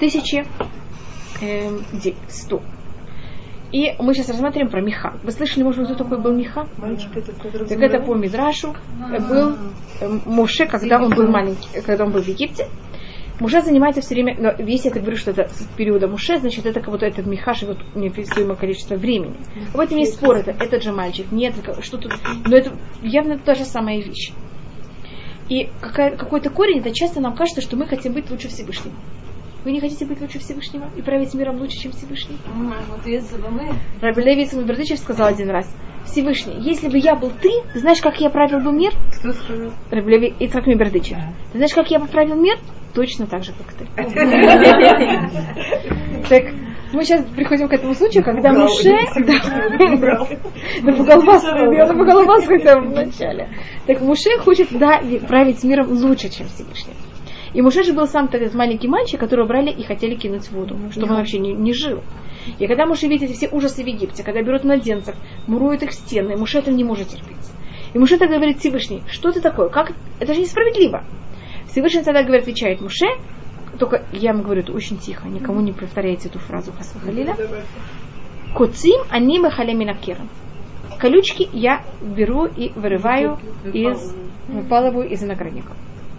1100. И мы сейчас рассмотрим про Миха. Вы слышали, может быть, кто такой был Миха? Мальчик этот, так это по Мидрашу был Моше, когда он был маленький, когда он был в Египте. Муше занимается все время, но если я так говорю, что это с периода Муше, значит это как будто этот Миха живет неописуемое количество времени. Об этом есть спор, этот же мальчик, нет, что тут, но это явно та же самая вещь. И какой-то корень, это часто нам кажется, что мы хотим быть лучше Всевышнего. Вы не хотите быть лучше Всевышнего и править миром лучше, чем Всевышний? Вот если бы мы... Раби Леви Ицхак Бердичев сказал один раз: Всевышний, если бы я был ты знаешь, как я правил бы мир? Кто сказал? Раби Леви Ицхак Бердичев. Ты знаешь, как я бы правил мир? Точно так же, как ты. Так, мы сейчас приходим к этому случаю, когда Муше напугал вас хотя бы вначале. Так Муше хочет править миром лучше, чем Всевышний. И Муше же был сам этот маленький мальчик, которого брали и хотели кинуть в воду, чтобы он вообще не жил. И когда Муше видит все ужасы в Египте, когда берут младенцев, муруют их в стены, Муше это не может терпеть. И Муше тогда говорит: Всевышний, что ты такое? Как? Это же несправедливо. Всевышний тогда отвечает Муше, только я ему говорю, это очень тихо, никому не повторяйте эту фразу хас вахалиля. Коцим они мехалемина керам. Колючки я беру и вырываю выпалываю из виноградника.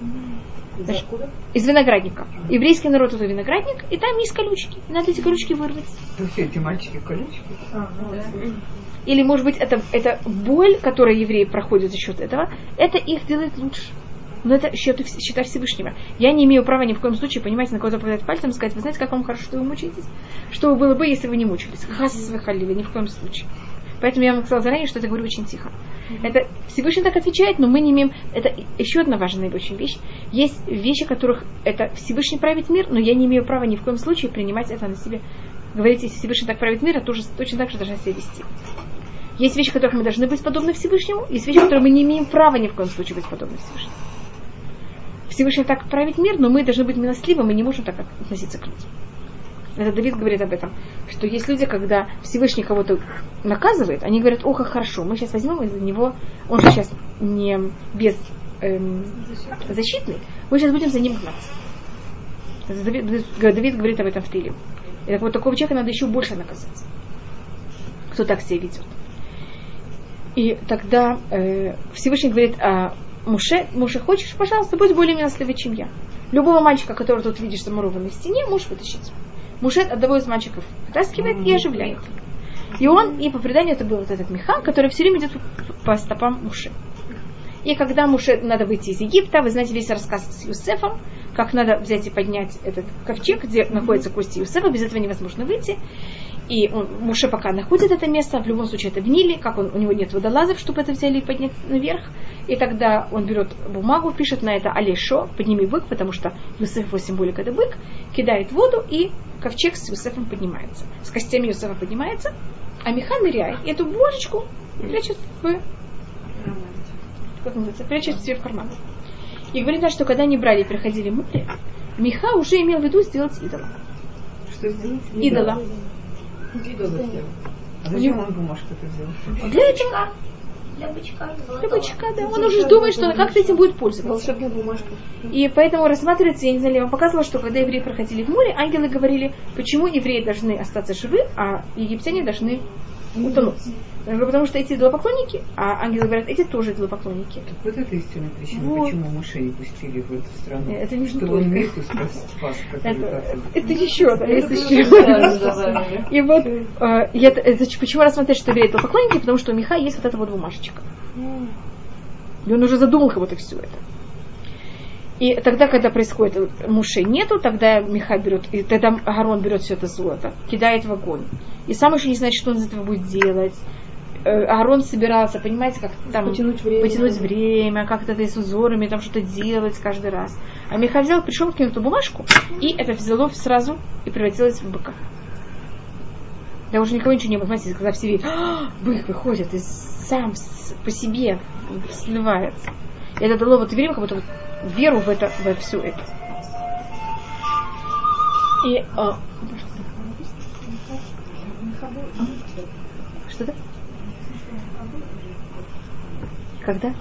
Из виноградника. Еврейский народ это виноградник, и там есть колючки. И надо эти колючки вырвать. То все эти мальчики колючки? Или, может быть, это боль, которую евреи проходят за счет этого, это их делает лучше. Но это счета Всевышнего. Я не имею права ни в коем случае, понимаете, на кого-то показать пальцем и сказать: вы знаете, как вам хорошо, что вы мучаетесь? Что было бы, если вы не мучились? Хас вахалили, ни в коем случае. Поэтому я вам сказала заранее, что это говорю очень тихо. Это Всевышний так отвечает, но мы не имеем... Это еще одна важная очень вещь. Есть вещи, которых это Всевышний правит мир, но я не имею права ни в коем случае принимать это на себе. Говорить, если Всевышний так правит мир, я тоже точно так же должна себя вести. Есть вещи, в которых мы должны быть подобны Всевышнему, есть вещи, в которых мы не имеем права ни в коем случае быть подобны Всевышнему. Всевышний так правит мир, но мы должны быть милостливы, мы не можем так относиться к людям. Это Давид говорит об этом, что есть люди, когда Всевышний кого-то наказывает, они говорят: ох, как хорошо, мы сейчас возьмем из-за него, он же сейчас не беззащитный, мы сейчас будем за ним гнаться. Давид говорит об этом в Тиле. И так вот такого человека надо еще больше наказать, кто так себя ведет. И тогда Всевышний говорит: Муше, хочешь, пожалуйста, будь более милостливый, чем я. Любого мальчика, которого тут видишь замурованный в стене, можешь вытащить. Муше одного из мальчиков вытаскивает и оживляет. И по преданию, это был вот этот Миха, который все время идет по стопам Муше. И когда Муше надо выйти из Египта, вы знаете весь рассказ с Юсефом, как надо взять и поднять этот ковчег, где находятся кости Юсефа, без этого невозможно выйти. И Муше пока находит это место, в любом случае это в Ниле, как у него нет водолазов, чтобы это взяли и поднять наверх. И тогда он берет бумагу, пишет на это Алешо, подними бык, потому что Юсеф его символика это бык, кидает в воду, и ковчег с Юсефом поднимается. С костями Юсефа поднимается, а Миха ныряет, и эту бумажечку прячет прячет себе в карман. И говорит, что когда они брали и приходили в море, Миха уже имел в виду сделать идола. Что сделать? Идола. А зачем он бумажку-то взял? Для этого. Для бычка, да. Он уже думает, что как-то этим будет пользоваться. Волшебная бумажка. И поэтому рассматривается, я не знаю, я вам показывала, что когда евреи проходили в море, ангелы говорили, почему евреи должны остаться живы, а египтяне должны утонуть. Потому что эти идолопоклонники, а ангелы говорят, эти тоже идолопоклонники. Так вот это истинная причина, вот. Почему Муше не пустили в эту страну. Это не чтобы он Миху спас. Это еще, да, есть еще. И вот, почему рассмотреть, что евреи идолопоклонники, потому что у Миха есть вот эта вот бумажечка. И он уже задумал кого-то все это. И тогда, когда происходит Муше нету, тогда Миха берет, и тогда Аарон берет все это золото, кидает в огонь. И сам еще не знает, что он из этого будет делать. Аарон собирался, понимаете, как там потянуть время, как это с узорами, там что-то делать каждый раз. А Миха взял, пришел к нему эту бумажку, и это взяло сразу и превратилось в быка. Да уже никого ничего не было, понимаете, когда все видят, бык выходит и сам по себе сливается. И это дало вот время, как будто веру в это, во все это. И что-то? Когда?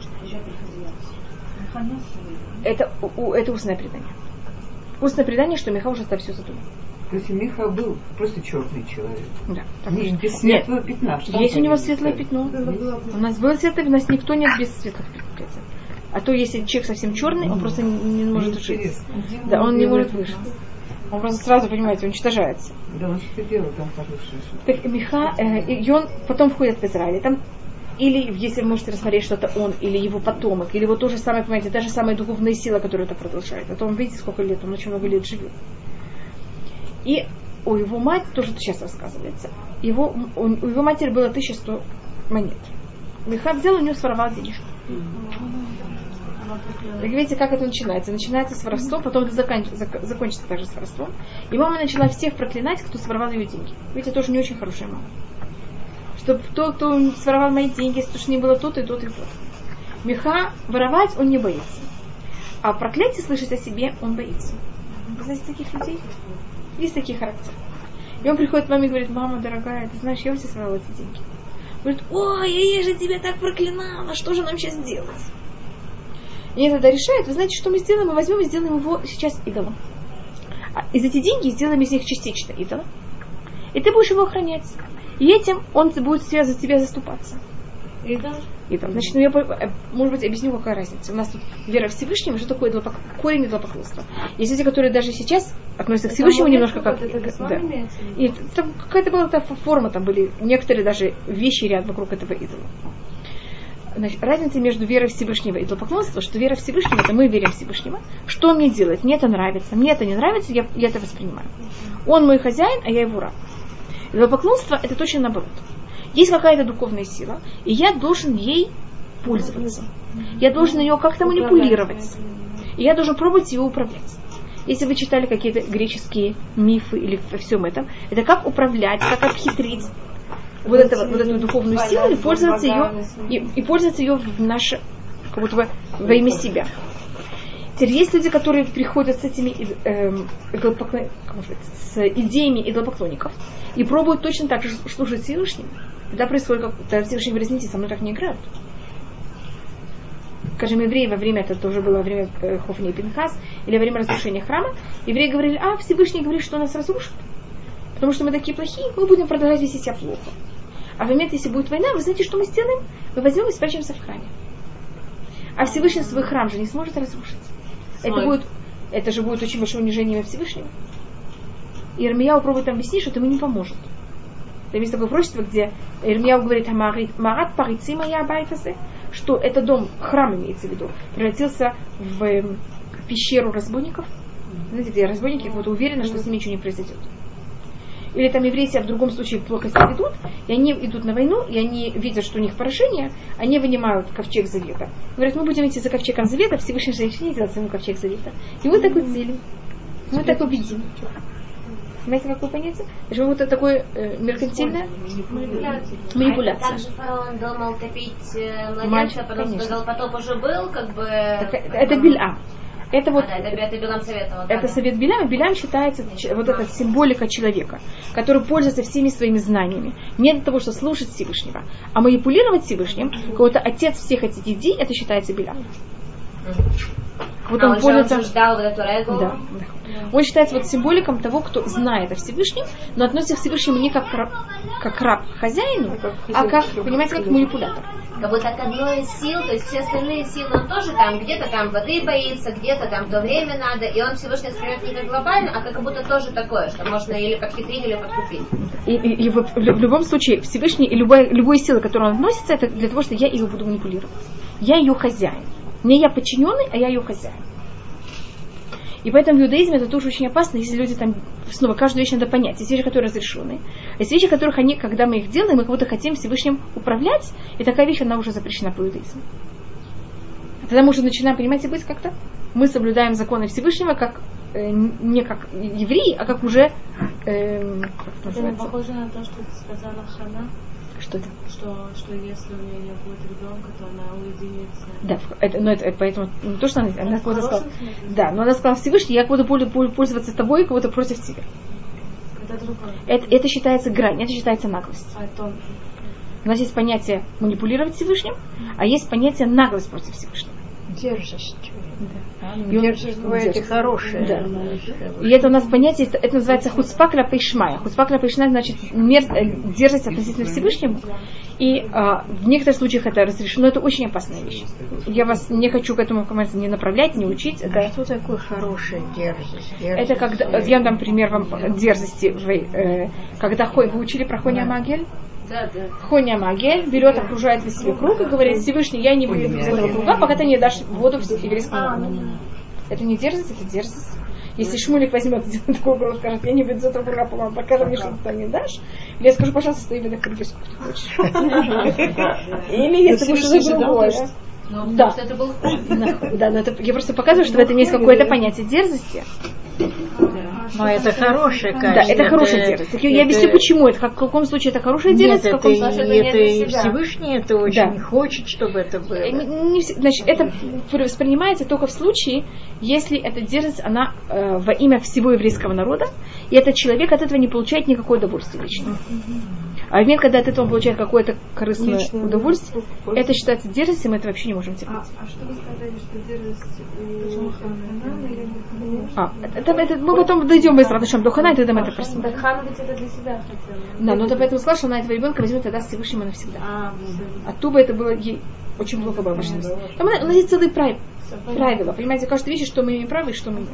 Это устное предание. Устное предание, что Миха уже это все задумал. То есть Миха был просто черный человек. Да. Без светлого пятна. Есть у него светлое пятно. У нас было светлое, у нас никто нет без светлых пятен. А то, если человек совсем черный, он просто не может жить. Да, он не может выжить. Он просто сразу, понимаете, уничтожается. Да, он что делает там хорошее. Так Миха, и он потом входит в Израиль. Там, или, если вы можете рассмотреть, что это он, или его потомок, или вот то же самое, понимаете, та же самая духовная сила, которая это продолжает. А то он, видите, сколько лет, он очень много лет живет. И у его мать, тоже сейчас рассказывается, у его матери было 1100 монет. Миха взял, у него своровал денежку. Вы видите, как это начинается? Начинается с воровства, потом это закончится также с воровством. И мама начала всех проклинать, кто своровал ее деньги. Видите, тоже не очень хорошая мама. Чтобы кто своровал мои деньги, потому что не было тот и тот и тот. Миха воровать он не боится. А проклятие слышать о себе он боится. Вы знаете таких людей? Есть такие характеры. И он приходит к маме и говорит: мама, дорогая, ты знаешь, я у тебя своровал эти деньги. Говорит: ой, я же тебя так проклинала, что же нам сейчас делать? И они тогда решают: вы знаете, что мы сделаем? Мы возьмем и сделаем его сейчас идолом. А из этих денег сделаем из них частично идола. И ты будешь его охранять. И этим он будет за тебя заступаться. Идол? Идол. Значит, я, может быть, объясню, какая разница. У нас тут вера Всевышнего, что такое корень идолопоклонства. Есть люди, которые даже сейчас относятся к Всевышнему немножко как... Да. И там какая-то была форма, там были некоторые даже вещи ряд вокруг этого идола. Значит, разница между верой Всевышнего и идолопоклонством, что вера Всевышнего, это мы верим Всевышнего. Что он мне делает? Мне это нравится, мне это не нравится, я это воспринимаю. Он мой хозяин, а я его раб. Идолопоклонство это точно наоборот. Есть какая-то духовная сила, и я должен ей пользоваться. Я должен ее как-то манипулировать. И я должен пробовать ее управлять. Если вы читали какие-то греческие мифы или во всем этом, это как управлять, как обхитрить вот эту духовную силу и пользоваться ее в наше, как будто бы во имя себя. Теперь есть люди, которые приходят с этими с идеями идолопоклонников и пробуют точно так же служить Всевышнему. Тогда происходит, когда Всевышний говорит: извините, со мной так не играют. Скажем, евреи во время, это тоже было во время Хофни и Пинхас, или во время разрушения храма, евреи говорили: Всевышний говорит, что нас разрушит, потому что мы такие плохие, мы будем продолжать вести себя плохо. А в момент, если будет война, вы знаете, что мы сделаем? Мы возьмем и спрячемся в храме. А Всевышний свой храм же не сможет разрушить. Это же будет очень большое унижение Всевышнего. И Ирмияу пробует там объяснить, что это ему не поможет. Там есть такое пророчество, где Ирмияу говорит: «Марат парицима я байтасе», что это дом, храм имеется в виду, превратился в пещеру разбойников. Знаете, где разбойники вот уверены, что с ними ничего не произойдет. Или там евреи себя в другом случае плохо себя ведут, и они идут на войну, и они видят, что у них поражение, они вынимают ковчег завета. Говорят: мы будем идти за ковчегом завета, Всевышний же не делает своему ковчег завета. И мы так уцелим. Мы так победим. Понимаете, какое понятие? Это вот такое меркантильное манипуляция. Также фараон думал копить младенца, потом сказал: потоп уже был, как бы... Это Бильам. Это вот, это Билам советовал. Это совет Биляма. Билям считается вот эта символика человека, который пользуется всеми своими знаниями. Не для того, чтобы слушать Всевышнего, а манипулировать Всевышним. Какой-то отец всех этих идей, это считается Билям. Вот он пользуется... Он ждал вот эту регу. Да. Он считается вот символиком того, кто знает о Всевышнем, но относится к Всевышнему не как раб хозяину, а как, понимаете, как манипулятор. Как будто к одной из сил, то есть все остальные силы, он тоже там, где-то там воды боится, где-то там в то время надо, и он Всевышний воспринимает не как глобально, а как будто тоже такое, что можно или подхитрить, или подкупить. И в любом случае Всевышний и любой силы, к которой он относится, это для того, что я ее буду манипулировать. Я ее хозяин. Не я подчиненный, а я ее хозяин. И поэтому в иудаизме это тоже очень опасно, если люди там, снова, каждую вещь надо понять. Есть вещи, которые разрешены. Есть вещи, которых они, когда мы их делаем, мы как будто хотим Всевышним управлять, и такая вещь, она уже запрещена по иудаизму. Тогда мы уже начинаем, понимаете, быть как-то. Мы соблюдаем законы Всевышнего как не как евреи, а как уже как это называется? Похоже на то, что ты сказала Хана. Что это? Что если у нее не будет ребенка, то она уединится. Да, это поэтому не то, что она сказала. Да, но она сказала: Всевышний, я буду пользоваться тобой, кого-то против тебя. Это другое. Это считается грань, это считается наглость. У нас есть понятие манипулировать Всевышним, а есть понятие наглость против Всевышнего. Дерзость. Да. Дерзость бывает и хорошая. Да. И это у нас понятие, это называется хуцпа клапей шмая. Хуцпа клапей шмая значит дерзость относительно Всевышнему. И в некоторых случаях это разрешено, но это очень опасная вещь. Я вас не хочу к этому не направлять, не учить. Это, что такое хорошая дерзость? Это когда, я дам пример вам дерзости. Когда вы учили про Хоня Магель? Да. Хоня Магель берет, окружает весь свой круг и говорит: Всевышний, я не выйду из этого круга, пока ты не дашь воду в еврейскому народу. Это не дерзость, это дерзость. Если Шмулик возьмет такой круг и скажет: я не выйду из этого круга, по-моему, покажи мне, что ты там не дашь, или я скажу: пожалуйста, стой в этой круге, сколько ты хочешь. Или если будешь что-то другое. Да. Это был я просто показываю, что в этом есть какое-то понятие дерзости. Но это хорошая, конечно. Да, это хорошая дерзость. Я объясню, почему это. В каком случае это хорошая дерзость, в каком случае это и Всевышний это очень хочет, чтобы это было. Значит, это воспринимается только в случае, если эта дерзость, она во имя всего еврейского народа, и этот человек от этого не получает никакое удовольствие лично. А в момент, когда от этого он получает какое-то корыстное удовольствие, это считается дерзостью, мы это вообще не можем терпеть. А что вы сказали, что дерзость у Ханана или мы потом дойдем быстро до Хана, и тогда мы это просмотрим. Так Хана ведь это для себя хотела. Да, но поэтому сказала, что она этого ребенка возьмет тогда с Всевышним навсегда. А Туба это было ей очень плохо бы обошлось. Там у нас есть целые правила. Понимаете, каждая вещь, что мы имеем право и что мы нет.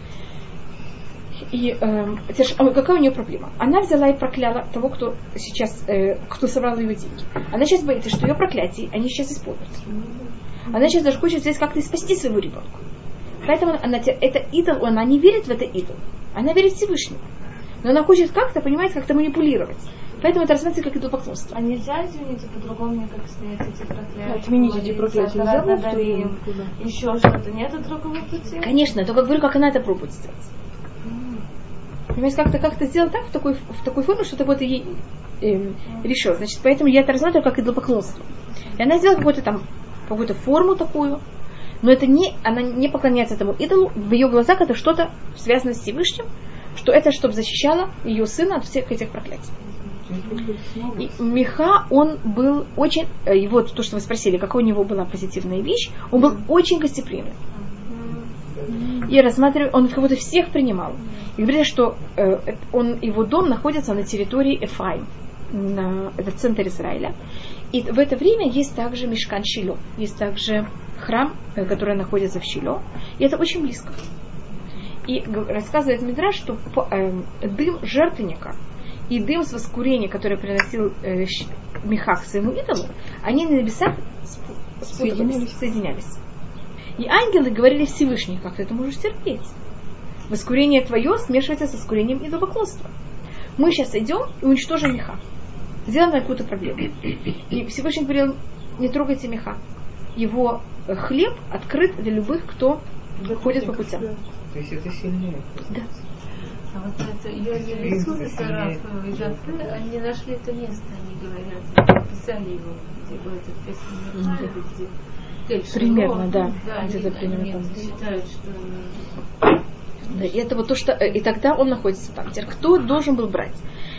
И какая у нее проблема? Она взяла и прокляла того, кто сейчас, кто собрал ее деньги. Она сейчас боится, что ее проклятие, они сейчас используются. Она сейчас даже хочет здесь как-то спасти своего ребенка. Поэтому это идол, она не верит в это идол. Она верит в Всевышнего. Но она хочет как-то, понимаете, как-то манипулировать. Поэтому это рассматривается как идолопоклонство. А нельзя, извините, по-другому никак снять эти проклятия? Отменить эти проклятия нельзя? Еще что-то? Нету другого пути? Конечно, только говорю, как она это пробует сделать. Понимаете, как-то сделать так, в такой форме, что-то вот ей решил. Значит, поэтому я это рассматриваю как идолопоклонство. И она сделала какую-то форму такую, но это она не поклоняется этому идолу. В ее глазах это что-то связано с Всевышним, что это чтобы защищало ее сына от всех этих проклятий. И Миха, он был очень, и вот то, что вы спросили, какая у него была позитивная вещь, он был очень гостеприимный. И рассматривая, он как будто всех принимал. И говорили, что его дом находится на территории Эфраим, это центр Израиля. И в это время есть также Мишкан Шило, есть также храм, который находится в Шило, и это очень близко. И рассказывает Мидраш, что дым жертвенника и дым с воскурения, который приносил Миха к своему идолу, они на небесах соединялись. И ангелы говорили Всевышний: как ты это можешь терпеть? Воскурение твое смешивается со воскурением идолопоклонства. Мы сейчас идем и уничтожим Миха. Сделаем какую-то проблему. И Всевышний говорил: не трогайте Миха. Его хлеб открыт для любых, кто ходит по путям. То есть это сильнее. Да. А вот это Иисуса Рафа и Жафе, они нашли это место, они говорят, писали его, где был этот песня, где примерно, да. Где-то примерно. Считают, что... Да, и это вот то, что... И тогда он находится там. Теперь, кто должен был брать?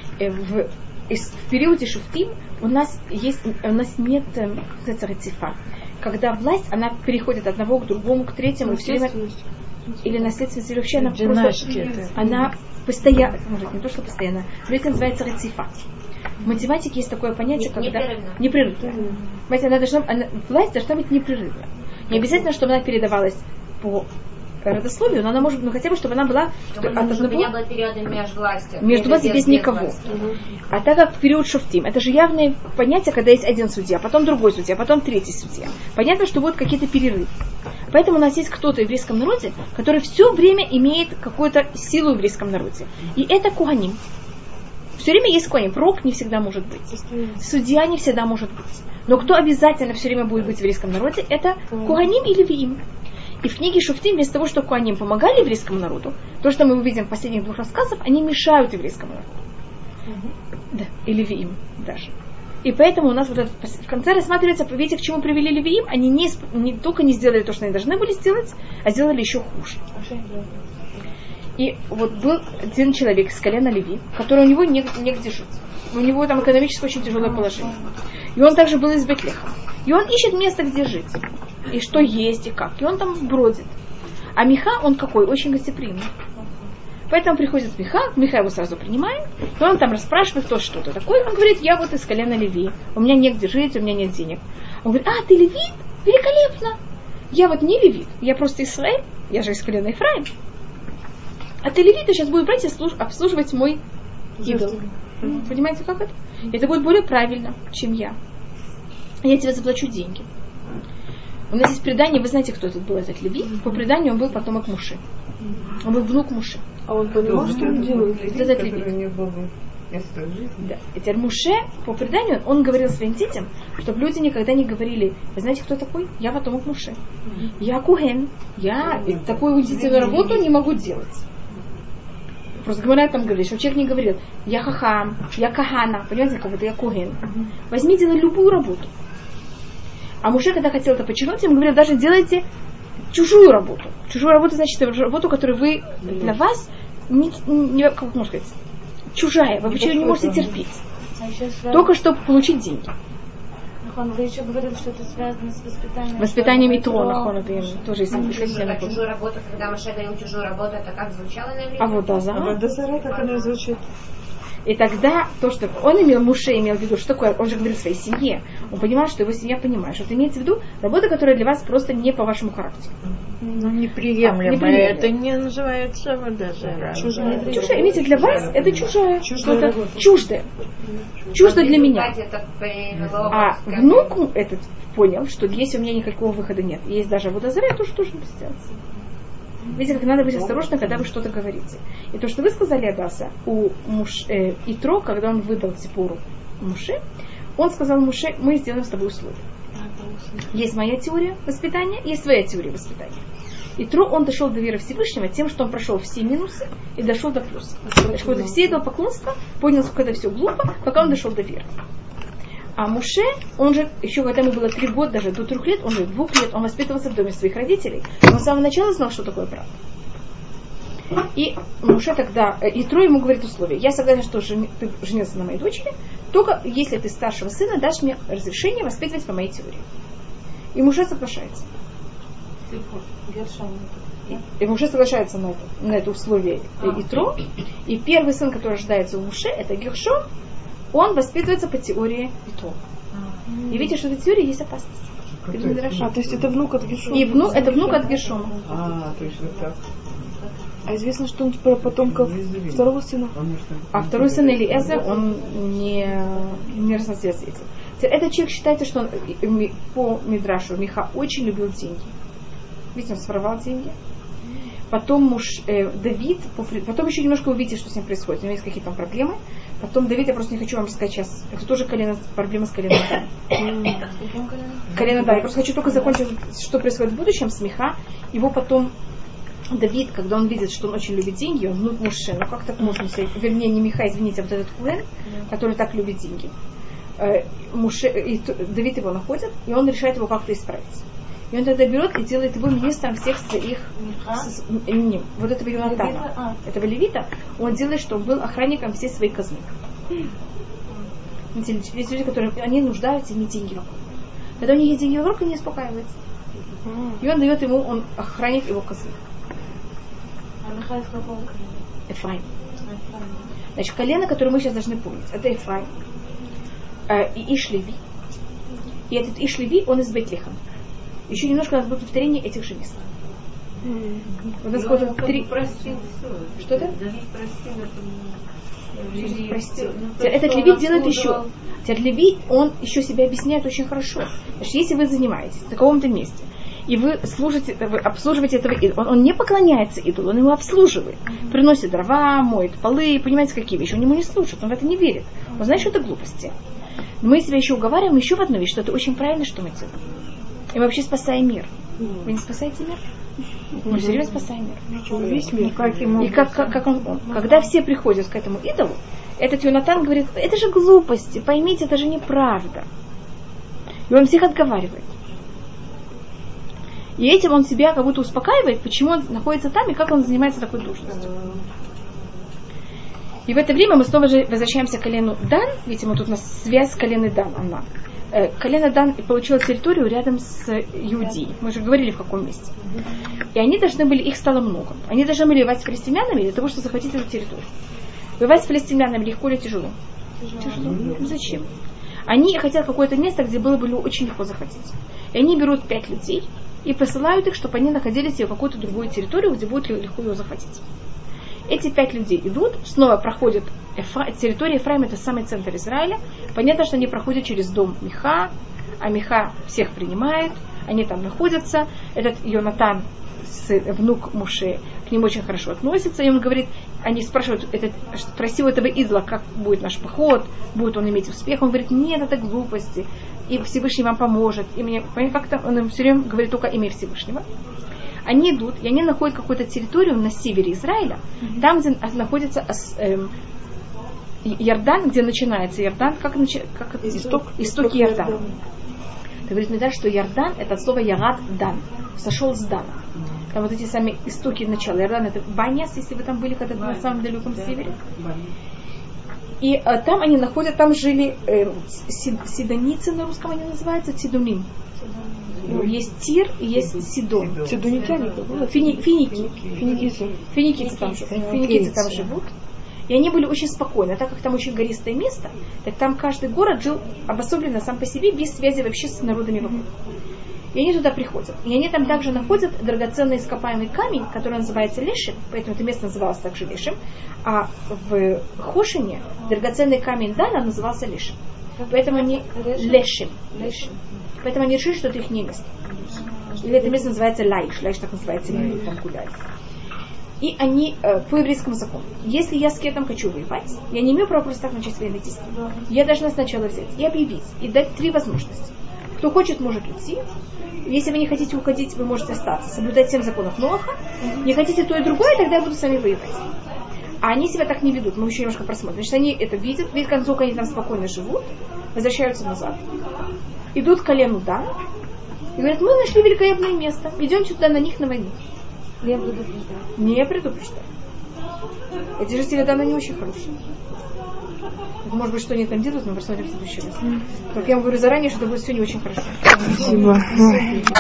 В периоде Шуфтим у нас нет рецифа. Когда власть, она переходит от одного к другому, к третьему, и все время... Или наследственность, или вообще она просто... Она постоянно... Может, не то, что постоянно. Но это называется рецифа. В математике есть такое понятие, когда... Непрерывно. Власть должна быть непрерывна. Не обязательно, чтобы она передавалась по родословию, но она может, хотя бы, чтобы она была... Чтобы не было периода межвластия. Между властью без никого. А так как в период Шуфтим, это же явное понятие, когда есть один судья, потом другой судья, потом третий судья. Понятно, что будут какие-то перерывы. Поэтому у нас есть кто-то в еврейском народе, который все время имеет какую-то силу в еврейском народе. И это Куаним. Все время есть Куаним. Пророк не всегда может быть. Судья не всегда может быть. Но кто обязательно все время будет быть в еврейском народе, это Куаним и Левиим. И в книге Шуфтим, вместо того, что Куаним помогали еврейскому народу, то, что мы увидим в последних двух рассказах, они мешают еврейскому народу. Да, и Левиим даже. И поэтому у нас вот это в конце рассматривается, видите, к чему привели Левиим, они не только не сделали то, что они должны были сделать, а сделали еще хуже. И вот был один человек из колена Леви, который у него негде жить. У него там экономически очень тяжелое положение. И он также был из Бетлеха. И он ищет место, где жить. и что есть, и как. И он там бродит. А Миха, он какой? Очень гостеприимный. Поэтому приходит Миха его сразу принимает, и он там расспрашивает, кто что-то такое. Он говорит, я вот из колена Леви, у меня негде жить, у меня нет денег. Он говорит, ты левит? Великолепно! Я вот не левит, я просто Исраэль, я же из колена Ефраим. А ты левит, и сейчас будет брать и обслуживать мой идол. Понимаете, как это? Это будет более правильно, чем я. Я тебе заплачу деньги. У нас есть предание, вы знаете, кто этот был, этот Леви? По преданию он был потомок Муше. Он был внук Муше. А он понимал, что он делает? Этот Леви. Да. И теперь Муше, по преданию, он говорил своим детям, чтобы люди никогда не говорили, вы знаете, кто такой? Я потомок Муше. Я Куген. Я такую унизительную работу не могу делать. Просто говорят, там говорили, что человек не говорил, я Хахам, я Кахана, понимаете, как будто я Куген. Возьми, делай любую работу. А Муше, когда хотел это подчеркнуть, ему говорил, даже делайте чужую работу. Чужую работу, значит, работу, которую вы для вас, как можно сказать, чужая, вы почему не можете терпеть. Только чтобы получить деньги. Вы еще говорили, что это связано с воспитанием. Воспитанием Итро, тоже есть. Чужую работу, когда Моше говорил чужую работу, это как звучало на иврите? А вот Аводазара, как она звучит. И тогда то, что он Муше имел в виду, что такое, он же говорил своей семье, он понимал, что его семья понимает, что это имеется в виду работа, которая для вас просто не по вашему характеру. Неприемлемо. Это не называется аводазара. Чужая, имеется для вас, это чужая, что-то чуждое. Чуждо для меня. А внук этот понял, что если у меня никакого выхода нет, есть даже аводазара, я тоже должен сделать. Видите, как надо быть осторожным, когда вы что-то говорите. И то, что вы сказали, Адаса, у Итро, когда он выдал Сипору Муше, он сказал Муше, мы сделаем с тобой условия. Есть моя теория воспитания, есть твоя теория воспитания. Итро, он дошел до веры Всевышнего тем, что он прошел все минусы и дошел до плюса. После все этого поклонства понял, что это все глупо, пока он дошел до веры. А Муше, он же, еще когда ему было 3 года, даже до 3 лет, он же 2 лет, он воспитывался в доме своих родителей. Он с самого начала знал, что такое правда. И Муше тогда, Итро ему говорит условия. Я согласен, что ты женился на моей дочери, только если ты старшего сына дашь мне разрешение воспитывать по моей теории. И Муше соглашается. И Муше соглашается на это условие Итро. И первый сын, который рождается у Муше, это Гершон. Он воспитывается по теории Итро. И видите, что в этой теории есть опасность. То есть это внук от Гершона. И это внук от Гершона. То есть вот так. А известно, что он потомков второго сына. А второй сын Элиэзер, он не разноцветный. Этот человек считается, что он по Мидрашу Миха очень любил деньги. Видите, он своровал деньги. Потом Давид, потом еще немножко увидите, что с ним происходит. У него есть какие-то проблемы. Потом Давид, я просто не хочу вам рассказать сейчас. Это тоже проблема с коленом Дана. Колено Дана. Я просто хочу только закончить, что происходит в будущем с Миха. Его потом Давид, когда он видит, что он очень любит деньги, он внук Муше. Ну как так можно себе, вернее, не Миха, извините, а вот этот Куэн, который так любит деньги. Давид его находит, и он решает его как-то исправить. И он тогда берет и делает его министром всех своих... вот этого Йонатана, этого левита, он делает, чтобы он был охранником всей своей казны. Есть люди, которые они нуждаются, не деньги вокруг. Когда у них есть деньги вокруг, они не успокаиваются. И он дает ему, он охранник его казны. Эфраим. Значит, колено, которое мы сейчас должны помнить, это Эфраим. И Иш-Леви. И этот Иш-Леви, он из Бейт-Лехема. Еще немножко у нас будет повторение этих же мест. У нас будет 3... Что это? Простил. Этот левит делает еще. Теперь левит, он еще себя объясняет очень хорошо. Значит, если вы занимаетесь в каком-то месте, и вы обслуживаете этого идола, он не поклоняется идолу, он его обслуживает. Приносит дрова, моет полы, понимаете, какие вещи. Он ему не служит, он в это не верит. Он знает, что это глупости. Но мы себя еще уговариваем еще в одну вещь, что это очень правильно, что мы делаем. И мы вообще спасаем мир. Вы не спасаете мир? Мы все время спасаем мир. Весь мир. И как он. Когда все приходят к этому идолу, этот Йонатан говорит, это же глупости, поймите, это же неправда. И он всех отговаривает. И этим он себя как будто успокаивает, почему он находится там и как он занимается такой должностью. И в это время мы снова же возвращаемся к колену Дан. Видите, тут у нас связь с коленом Дан. колено Дан получило территорию рядом с Иудеей. Мы же говорили, в каком месте. И они должны были, их стало много. Они должны были воевать с филистимлянами для того, чтобы захватить эту территорию. Воевать с филистимлянами легко или тяжело? Тяжело. Зачем? Они хотят какое-то место, где было бы очень легко захватить. И они берут 5 людей и посылают их, чтобы они находились в какую-то другую территорию, где будет легко ее захватить. Эти 5 людей идут, снова проходят территория Ефраима, это самый центр Израиля. Понятно, что они проходят через дом Миха, а Миха всех принимает, они там находятся. Этот Йонатан, внук Муше, к ним очень хорошо относится, и он говорит, они спрашивают, спроси у этого идола, как будет наш поход, будет он иметь успех. Он говорит, нет, это глупости, и Всевышний вам поможет. И мне как-то он им все время говорит только имя Всевышнего. Они идут, и они находят какую-то территорию на севере Израиля, там, где находится Иордан, где начинается Иордан, как истоки Иордана. Говорит Мидраш, что Иордан это слово Ярад Дан, сошел с Дана. Там вот эти сами истоки начала. Иордан это Баняс, если вы там были когда-то на самом далеком севере. И там они находят, там жили сидоницы, на русском они называются, сидуним. Есть Тир и есть Сидон. Сидонитяне? Финикийцы там живут. И они были очень спокойны. А так как там очень гористое место, так там каждый город жил обособленно сам по себе, без связи вообще с народами вокруг. И они туда приходят. И они там также находят драгоценный ископаемый камень, который называется Лешем, поэтому это место называлось также Лешем. А в Хошине драгоценный камень Дана назывался Лешем. Поэтому они Лешем. Поэтому они решили, что это их не место. Или это место называется Лайш. Лайш так называется, они там гуляют. И они по еврейскому закону. Если я с кем-то хочу воевать, я не имею права просто так начать военные действия. Я должна сначала взять и объявить, и дать 3 возможности. Кто хочет, может уйти. Если вы не хотите уходить, вы можете остаться. Соблюдать 7 законов Ноаха. Не хотите то и другое, тогда я буду с вами воевать. А они себя так не ведут. Мы еще немножко просмотрим. Значит, они это видят насколько они там спокойно живут, возвращаются назад. Идут к колену Дан и говорят, мы нашли великолепное место. Идемте туда на них на войну. Не предупреждаю. Эти жители Дана не очень хорошие. Может быть, что они там делают, мы посмотрим в следующий раз. Только я вам говорю заранее, что это будет все не очень хорошо. Спасибо.